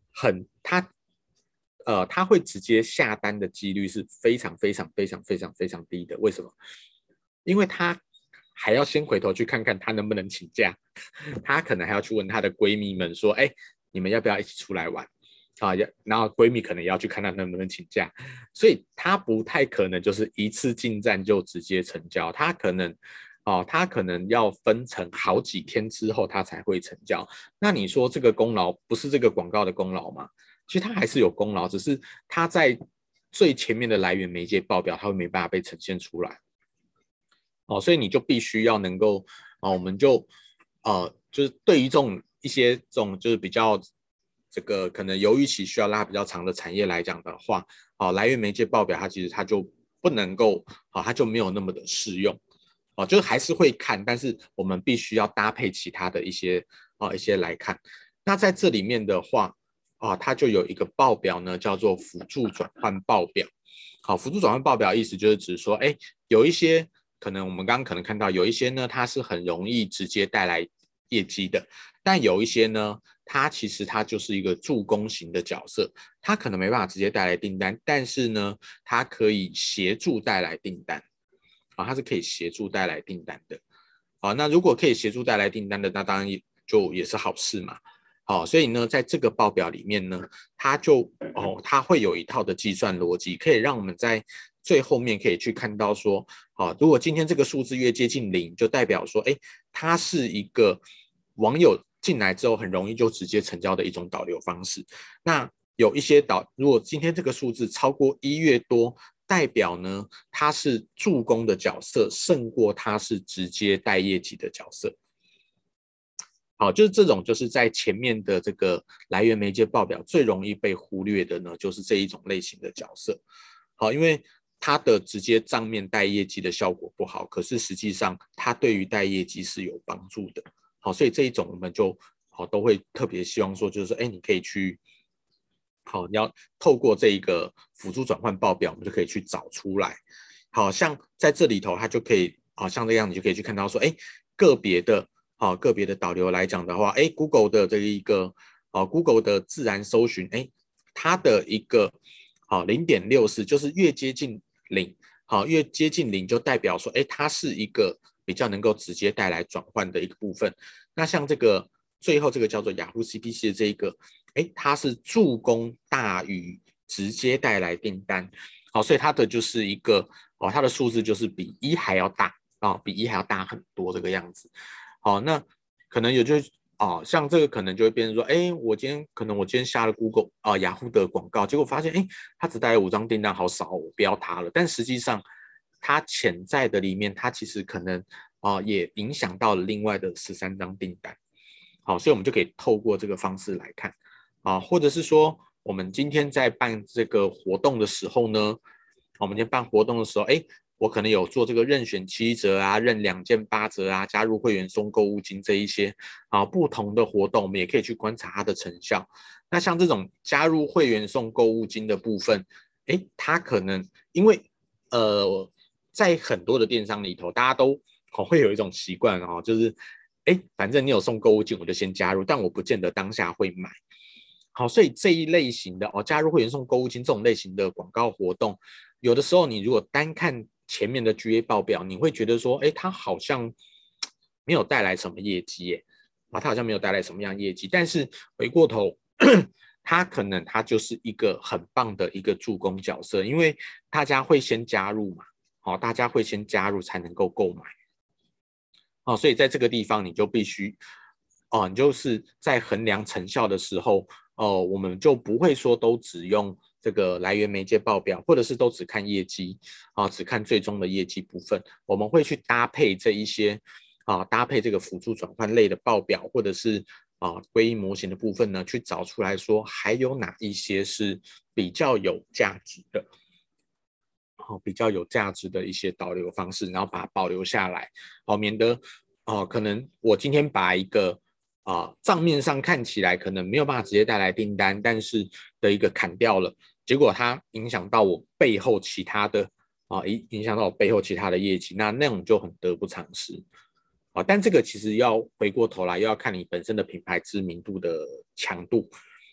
很他呃他会直接下单的几率是非常非常非常非常非常低的。为什么？因为他还要先回头去看看他能不能请假，他可能还要去问他的闺蜜们说，哎，你们要不要一起出来玩啊？然后闺蜜可能也要去看他能不能请假，所以他不太可能就是一次进站就直接成交，他可能哦，他可能要分成好几天之后他才会成交。那你说这个功劳不是这个广告的功劳吗？其实他还是有功劳，只是他在最前面的来源媒介报表，他会没办法被呈现出来。哦，所以你就必须要能够，哦，我们就，呃，就是对于这种一些这种就是比较这个可能由于期需要拉比较长的产业来讲的话，哦，来源媒介报表它其实它就不能够，哦，它就没有那么的适用，哦，就是还是会看，但是我们必须要搭配其他的一些，哦，一些来看。那在这里面的话，啊，它就有一个报表呢，叫做辅助转换报表。好，辅助转换报表意思就是指说，哎，有一些可能我们刚刚可能看到有一些呢，它是很容易直接带来业绩的，但有一些呢，它其实它就是一个助攻型的角色，它可能没办法直接带来订单，但是呢，它可以协助带来订单，啊，它是可以协助带来订单的，啊，那如果可以协助带来订单的，那当然也就也是好事嘛。好，所以呢，在这个报表里面呢，它就哦，它会有一套的计算逻辑，可以让我们在最后面可以去看到说，好，如果今天这个数字越接近零，就代表说，哎，它是一个网友进来之后很容易就直接成交的一种导流方式。那有一些导，如果今天这个数字超过一越多，代表呢，它是助攻的角色胜过它是直接带业绩的角色。好，就是这种，就是在前面的这个来源媒介报表最容易被忽略的呢，就是这一种类型的角色。好，因为它的直接账面带业绩的效果不好，可是实际上它对于带业绩是有帮助的。好，所以这一种我们就好都会特别希望说，就是说，哎，你可以去好，你要透过这一个辅助转换报表，我们就可以去找出来。好像在这里头，它就可以，好像这样你就可以去看到说，哎，个别的。好，个别的导流来讲的话，哎 ，Google 的这一个，哦 ，Google 的自然搜寻，哎，它的一个，好零点六四，就是越接近零，好越接近零就代表说，哎，它是一个比较能够直接带来转换的一个部分。那像这个最后这个叫做雅虎 C P C 的这一个，哎，它是助攻大于直接带来订单，好，所以它的就是一个，哦，它的数字就是比一还要大，啊、哦，比一还要大很多这个样子。好，那可能有就哦，像这个可能就会变成说，哎，我今天可能我今天下了 Google 啊、呃、雅虎的广告，结果发现，哎，它只带了五张订单，好少，我不要它了。但实际上，它潜在的里面，它其实可能啊、呃、也影响到了另外的十三张订单。好，所以我们就可以透过这个方式来看啊，或者是说，我们今天在办这个活动的时候呢，我们今天办活动的时候，哎。我可能有做这个任选七折啊，任两件八折啊，加入会员送购物金这一些啊不同的活动，我们也可以去观察它的成效。那像这种加入会员送购物金的部分，哎，它可能因为呃，在很多的电商里头，大家都哦会有一种习惯哦，就是哎，反正你有送购物金，我就先加入，但我不见得当下会买。好，所以这一类型的哦，加入会员送购物金这种类型的广告活动，有的时候你如果单看前面的 G A 报表，你会觉得说，哎，它好像没有带来什么业绩耶，啊，它好像没有带来什么样业绩，但是回过头，它可能它就是一个很棒的一个助攻角色，因为大家会先加入嘛，好，大家会先加入才能够购买，哦，所以在这个地方你就必须，哦，你就是在衡量成效的时候，哦，我们就不会说都只用这个来源媒介报表，或者是都只看业绩，啊，只看最终的业绩部分，我们会去搭配这一些，啊，搭配这个辅助转换类的报表，或者是啊归因模型的部分呢，去找出来说还有哪一些是比较有价值的。哦，比较有价值的一些导流方式，然后把它保留下来，好，免得哦，可能我今天把一个啊、呃、账面上看起来可能没有办法直接带来订单，但是的一个砍掉了，结果它影响到我背后其他的啊，影、呃、影响到我背后其他的业绩，那那种就很得不偿失啊。但这个其实要回过头来，又要看你本身的品牌知名度的强度。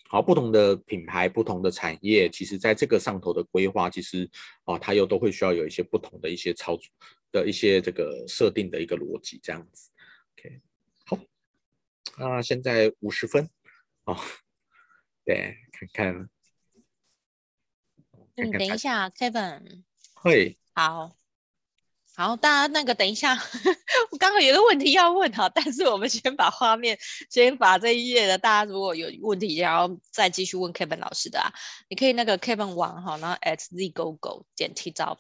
好，不同的品牌、不同的产业，其实在这个上头的规划，其实啊，它又都会需要有一些不同的一些操作的一些这个设定的一个逻辑，这样子。OK，好，那现在五十分，哦，对，看看看你看他等一下，Kevin。 会好。好，大家那个等一下，我刚好有个问题要问哈，但是我们先把画面，先把这一页的，大家如果有问题，然后再继续问 Kevin 老师的啊，你可以那个 Kevin 网哈，然后 at zgogo 点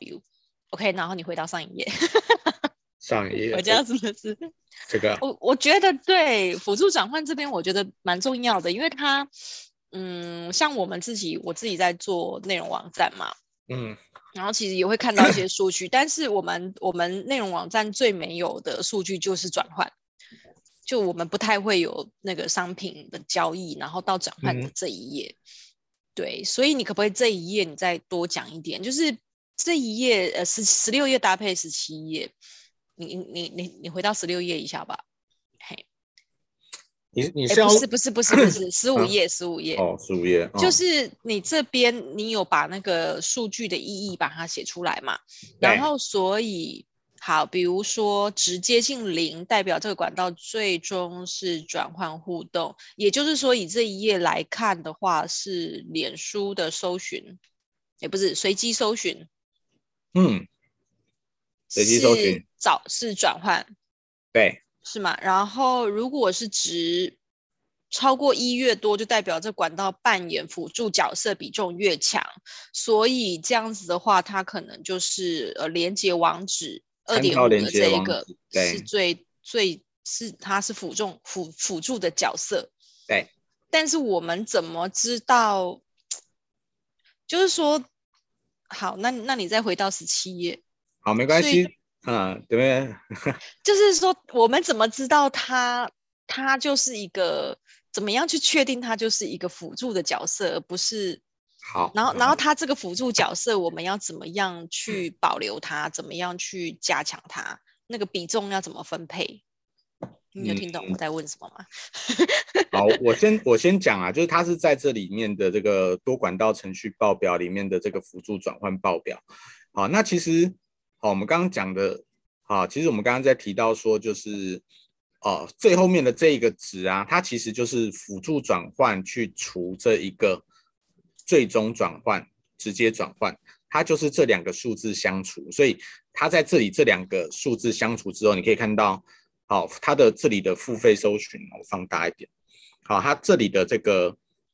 tw，OK，然后你回到上一页， 上一页，哎， 我这样子的是， 这个， 我我觉得对辅助转换这边，我觉得蛮重要的，因为它，嗯，像我们自己，我自己在做内容网站嘛。 嗯然后其实也会看到一些数据，但是我们我们内容网站最没有的数据就是转换，就我们不太会有那个商品的交易，然后到转换的嗯， 这一页。对，所以你可不可以这一页你再多讲一点？就是这一页呃十十六页搭配十七页，你你你你回到十六页一下吧。嘿，哎， 你你是要不是不是不是不是，十五啊？ 页十五页， 哦，十五页，哦， 就是你这边你有把那个数据的意义把它写出来嘛？然对， 后所以好，比如说直接性零代表这个管道最终是转换互动，也就是说以这一页来看的话，是脸书的搜寻，也不是随机搜寻， 嗯，随机搜是寻， 找是转换， 对， 是吗？然后如果是值超过一越多，就代表这管道扮演辅助角色比重越强，所以这样子的话，它可能就是呃连接网址二参照点五的连接这一个网址， 是对最最是它是辅助辅辅助的角色， 对， 但是我们怎么知道？就是说，好，那那你再回到十七页， 好，没关所以系，嗯，对不对？ 就是说，我们怎么知道它它就是一个怎么样去确定它就是一个辅助的角色，而不是， 好， 然后然后好， 它这个辅助角色我们要怎么样去保留它，怎么样去加强它，那个比重要怎么分配？你有嗯。 听懂我在问什么吗？ 好，我先我先讲啊，就是它是在这里面的这个多管道程序报表里面的这个辅助转换报表。好，那其实好，我们刚刚讲的，好，其实我们刚刚在提到说，就是哦，最后面的这一个值啊，它其实就是辅助转换去除这一个最终转换、直接转换，它就是这两个数字相除，所以它在这里这两个数字相除之后，你可以看到，好，它的这里的付费搜寻，我放大一点。好，它这里的这个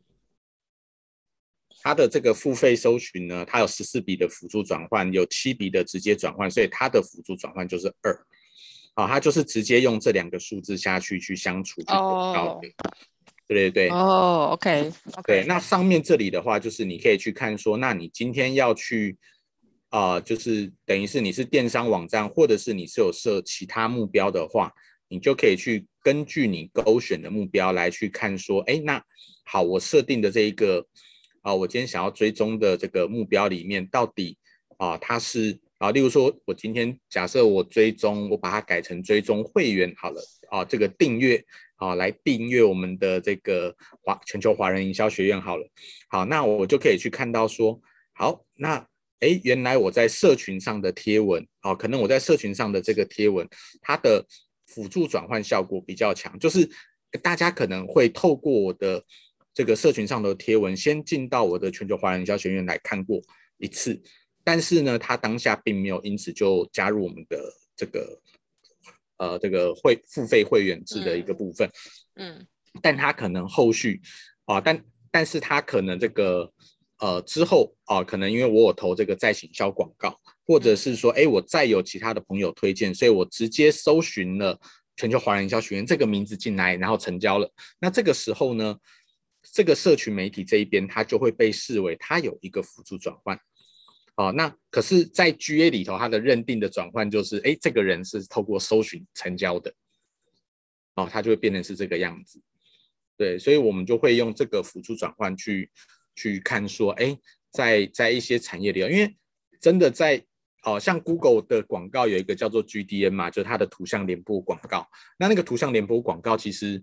它的这个付费搜寻呢，它有十四笔的辅助转换，有七笔的直接转换，所以它的辅助转换就是二。好，它就是直接用这两个数字下去去相除去得到的。 哦对对对哦，OK 对， OK， 那上面这里的话，就是你可以去看说，那你今天要去啊、呃就是等于是你是电商网站，或者是你是有设其他目标的话，你就可以去根据你勾选的目标来去看说，哎，那好，我设定的这一个啊、呃我今天想要追踪的这个目标里面，到底啊、呃它是啊、例如说，我今天假设我追踪，我把它改成追踪会员好了啊、这个订阅啊、来订阅我们的这个华全球华人营销学院好了。好，那我就可以去看到说，好，那哎，原来我在社群上的贴文，哦，可能我在社群上的这个贴文，它的辅助转换效果比较强，就是大家可能会透过我的这个社群上的贴文，先进到我的全球华人营销学院来看过一次，但是呢，他当下并没有因此就加入我们的这个呃这个会付费会员制的一个嗯部分， 嗯但他可能后续啊、但但是他可能这个呃之后啊、可能因为我有投这个再行销广告，或者嗯是说，哎，我再有其他的朋友推荐，所以我直接搜寻了全球华人营销学院这个名字进来，然后成交了。那这个时候呢，这个社群媒体这一边，它就会被视为它有一个辅助转换。哦，那可是，在 G A 里头，它的认定的转换就是，哎，这个人是透过搜寻成交的，哦，它就会变成是这个样子。对，所以我们就会用这个辅助转换去去看说，哎，在在一些产业里，因为真的在哦，像 Google 的广告有一个叫做 G D N 嘛，就是它的图像联播广告。那那个图像联播广告其实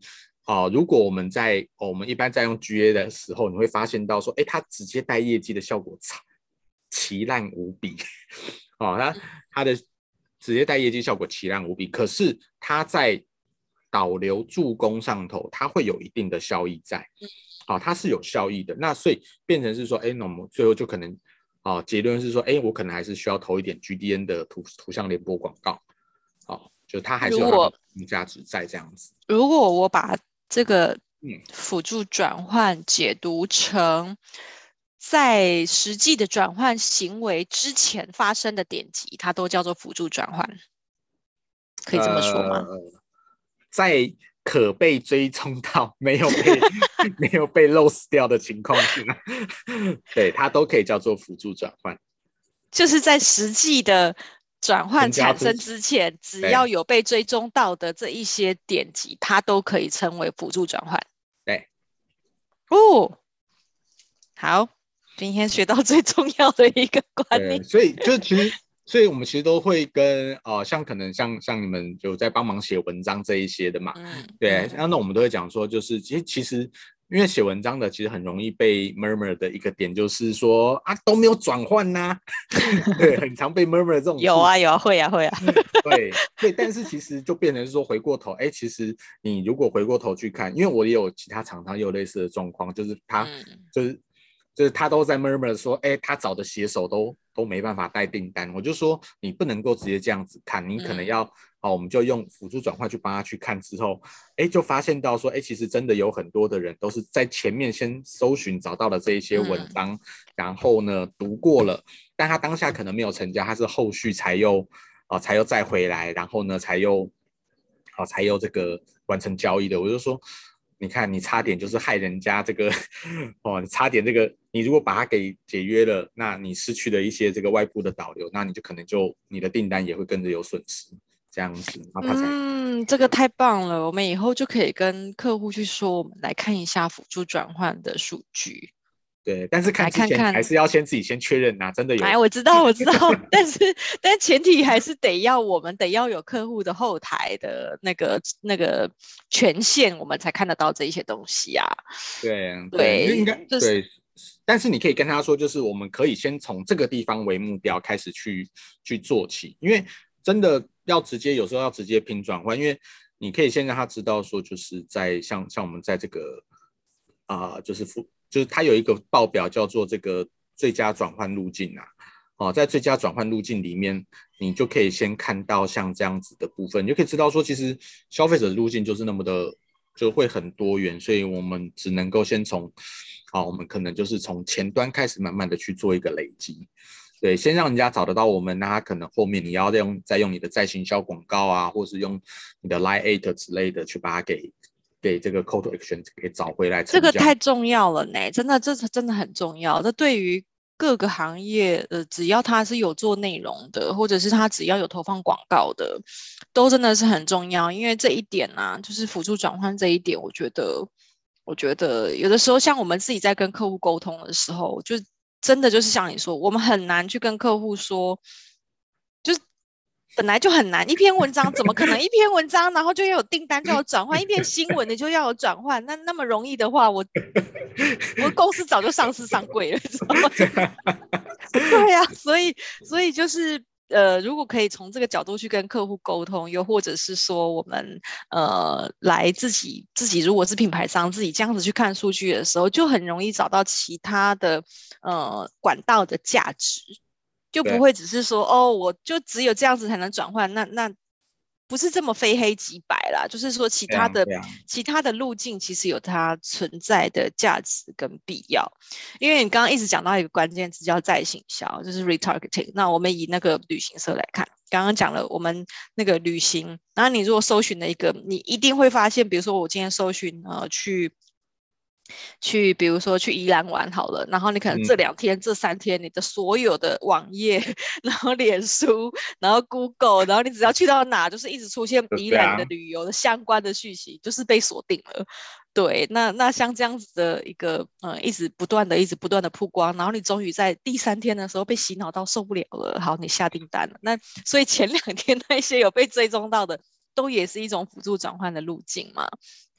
哦、如果我们在、哦、我们一般在用 G A 的时候，你会发现到说，哎，它直接带业绩的效果差奇烂无比。哦，它它的直接带业绩效果奇烂无比，可是它在导流助攻上头，它会有一定的效益在。好、哦，它是有效益的。那所以变成是说，哎，那我们最后就可能，哦，结论是说，哎，我可能还是需要投一点 G D N 的图图像联播广告。哦，就它还是有它的价值在这样子。 如果我把这个辅助转换解读成在实际的转换行为之前发生的点击，它都叫做辅助转换，可以这么说吗？ 呃，在可被追踪到没有被没有被 lose 掉的情况下，对它都可以叫做辅助转换， 就是在实际的转换产生之前，只要有被追踪到的这一些点击，它都可以称为辅助转换。 对， 哦，好，今天学到最重要的一个观念。 所以就其实，所以我们其实都会跟呃，像可能像像你们有在帮忙写文章这一些的嘛，嗯、对，那、嗯、那我们都会讲说，就是其实其实。因为写文章的其实很容易被 murmur 的一个点就是说啊都没有转换呐，对，很常被 murmur 这种。 有啊有啊，会啊会啊。 对对，但是其实就变成是说回过头，哎，其实你如果回过头去看，因为我也有其他厂商也有类似的状况，就是他、嗯、就是就是他都在 murmur 说，哎，他找的写手都都没办法带订单，我就说你不能够直接这样子看，你可能要。嗯哦，我们就用辅助转换去帮他去看之后，哎，就发现到说，哎，其实真的有很多的人都是在前面先搜寻找到了这一些文章，嗯、然后呢读过了，但他当下可能没有成交，他是后续才又啊、呃、才又再回来，然后呢才又好、呃、才又这个完成交易的。我就说，你看你差点就是害人家这个哦，你差点这个，你如果把它给解约了，那你失去了一些这个外部的导流，那你就可能就你的订单也会跟着有损失。这样子，然后他才嗯，这个太棒了，我们以后就可以跟客户去说，我们来看一下辅助转换的数据。 对，但是看之前还是要先自己先确认呐，真的有。 哎，我知道，我知道，但是但前提还是得要我们得要有客户的后台的那个那个权限，我们才看得到这一些东西啊。 对对， 应该、就是、对。但是你可以跟他说，就是我们可以先从这个地方为目标开始去去做起，因为真的要直接有时候要直接拼转换，因为你可以先让他知道说，就是在像像我们在这个啊、呃，就是就是它有一个报表叫做这个最佳转换路径啊。哦，在最佳转换路径里面，你就可以先看到像这样子的部分，你就可以知道说，其实消费者的路径就是那么的，就会很多元，所以我们只能够先从，好、哦，我们可能就是从前端开始慢慢的去做一个累积，对，先让人家找得到我们，那他可能后面你要再用再用你的再行销广告啊，或是用你的 Line eight 之类的去把它给给这个 Call to Action 给找回来。 这个太重要了呢，真的，这真的很重要。这对于各个行业，呃，只要他是有做内容的，或者是他只要有投放广告的，都真的是很重要。因为这一点呢、啊，就是辅助转换这一点，我觉得，我觉得有的时候像我们自己在跟客户沟通的时候，就真的就是像你说，我们很难去跟客户说，就是本来就很难，一篇文章怎么可能一篇文章，然后就要有订单就要转换，一篇新闻你就要有转换，那那么容易的话，我我公司早就上市上柜了，知道吗？对呀、啊，所以所以就是呃，如果可以从这个角度去跟客户沟通，又或者是说我们呃来自己自己如果是品牌商自己这样子去看数据的时候，就很容易找到其他的呃管道的价值。就不会只是说哦，我就只有这样子才能转换，那那不是这么非黑即白啦，就是说其他的其他的路径其实有它存在的价值跟必要。因为你刚刚一直讲到一个关键词叫再行销，就是 retargeting。那我们以那个旅行社来看，刚刚讲了我们那个旅行，然后你如果搜寻的一个，你一定会发现，比如说我今天搜寻呃去。去，比如说去宜兰玩好了，然后你可能这两天、嗯、这三天，你的所有的网页，然后脸书，然后 Google， 然后你只要去到哪，就是一直出现宜兰的旅游的相关的讯息，就是被锁定了。对，那那像这样子的一个，呃，一直不断的、一直不断的曝光，然后你终于在第三天的时候被洗脑到受不了了，好，你下订单了。那所以前两天那些有被追踪到的，都也是一种辅助转换的路径嘛。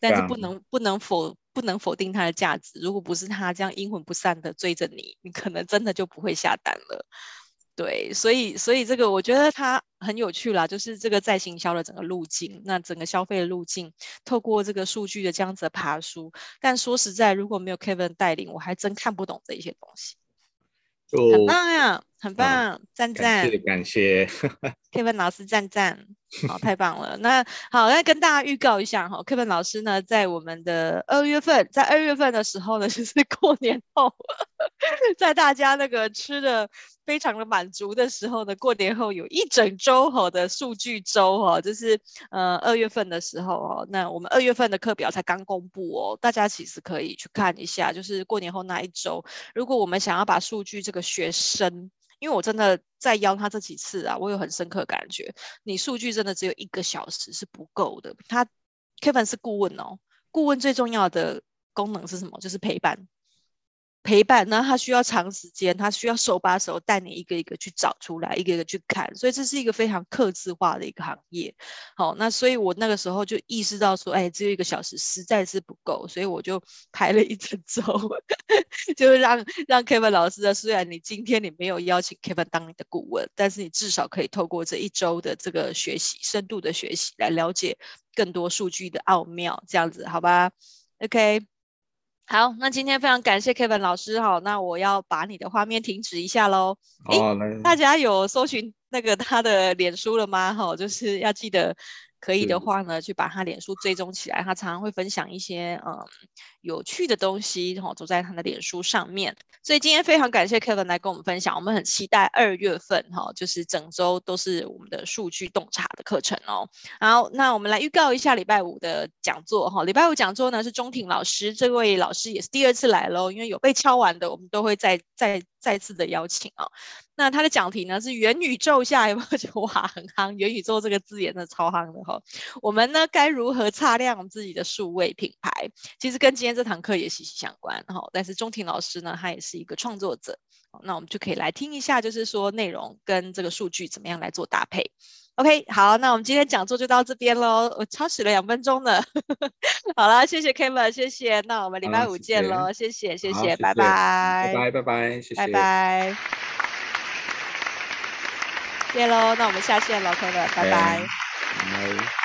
但是对啊， 不能不能否不能否定它的价值。如果不是他这样阴魂不散的追着你，你可能真的就不会下单了。对，所以所以这个我觉得它很有趣啦，就是这个再行销的整个路径，那整个消费的路径，透过这个数据的这样子的爬梳。但说实在，如果没有 Kevin 带领，我还真看不懂这一些东西。很就棒呀，很啊， 棒，赞感谢赞。 感谢， Kevin 老师赞赞，好，太棒了。那好，那跟大家预告一下哈，Kevin 老师呢，在我们的二月份，在二月份的时候呢，就是过年后，在大家那个吃的非常的满足的时候呢，过年后有一整周哈的数据周哈，就是呃二月份的时候哦，那我们二月份的课表才刚公布哦，大家其实可以去看一下，就是过年后那一周，如果我们想要把数据这个学深。因为我真的在邀他这几次啊，我有很深刻的感觉，你数据真的只有一个小时是不够的。他 Kevin 是顾问哦，顾问最重要的功能是什么？就是陪伴。陪伴，那他需要长时间，他需要手把手带你一个一个去找出来，一个一个去看，所以这是一个非常客制化的一个行业。好，那所以我那个时候就意识到说，哎，只有一个小时实在是不够，所以我就排了一整周，就是让让 Kevin 老师的，虽然你今天你没有邀请 Kevin 当你的顾问，但是你至少可以透过这一周的这个学习，深度的学习来了解更多数据的奥妙，这样子，好吧？OK。好，那今天非常感谢 Kevin 老师哈，那我要把你的画面停止一下喽。诶， 好，来大家有搜寻那个他的脸书了吗？哈，就是要记得可以的是话呢，去把他脸书追踪起来，他常常会分享一些嗯有趣的东西，哈，走在他的脸书上面。所以今天非常感谢 Kevin 来跟我们分享，我们很期待二月份哈，就是整周都是我们的数据洞察的课程哦。好，那我们来预告一下礼拜五的讲座哈。礼拜五讲座呢是钟挺老师，这位老师也是第二次来喽，因为有被敲完的，我们都会再再再次的邀请哦。那他的讲题呢是元宇宙下有没有觉得哇很夯？元宇宙这个字眼真的超夯的哈。我们呢该如何擦亮我们自己的数位品牌？其实跟今天这堂课也息息相关哈。但是钟挺老师呢，他也是一个创作者，那我们就可以来听一下，就是说内容跟这个数据怎么样来做搭配。OK，好，那我们今天讲座就到这边喽，我超时了两分钟呢。好了，谢谢 Kevin，谢谢，那我们礼拜好， 五谢谢， 见喽，谢谢，谢好， 谢，拜谢谢，拜拜， 拜，拜拜，谢拜谢， 拜，谢喽，那我们下线喽，Kevin，拜哎， 拜。 拜。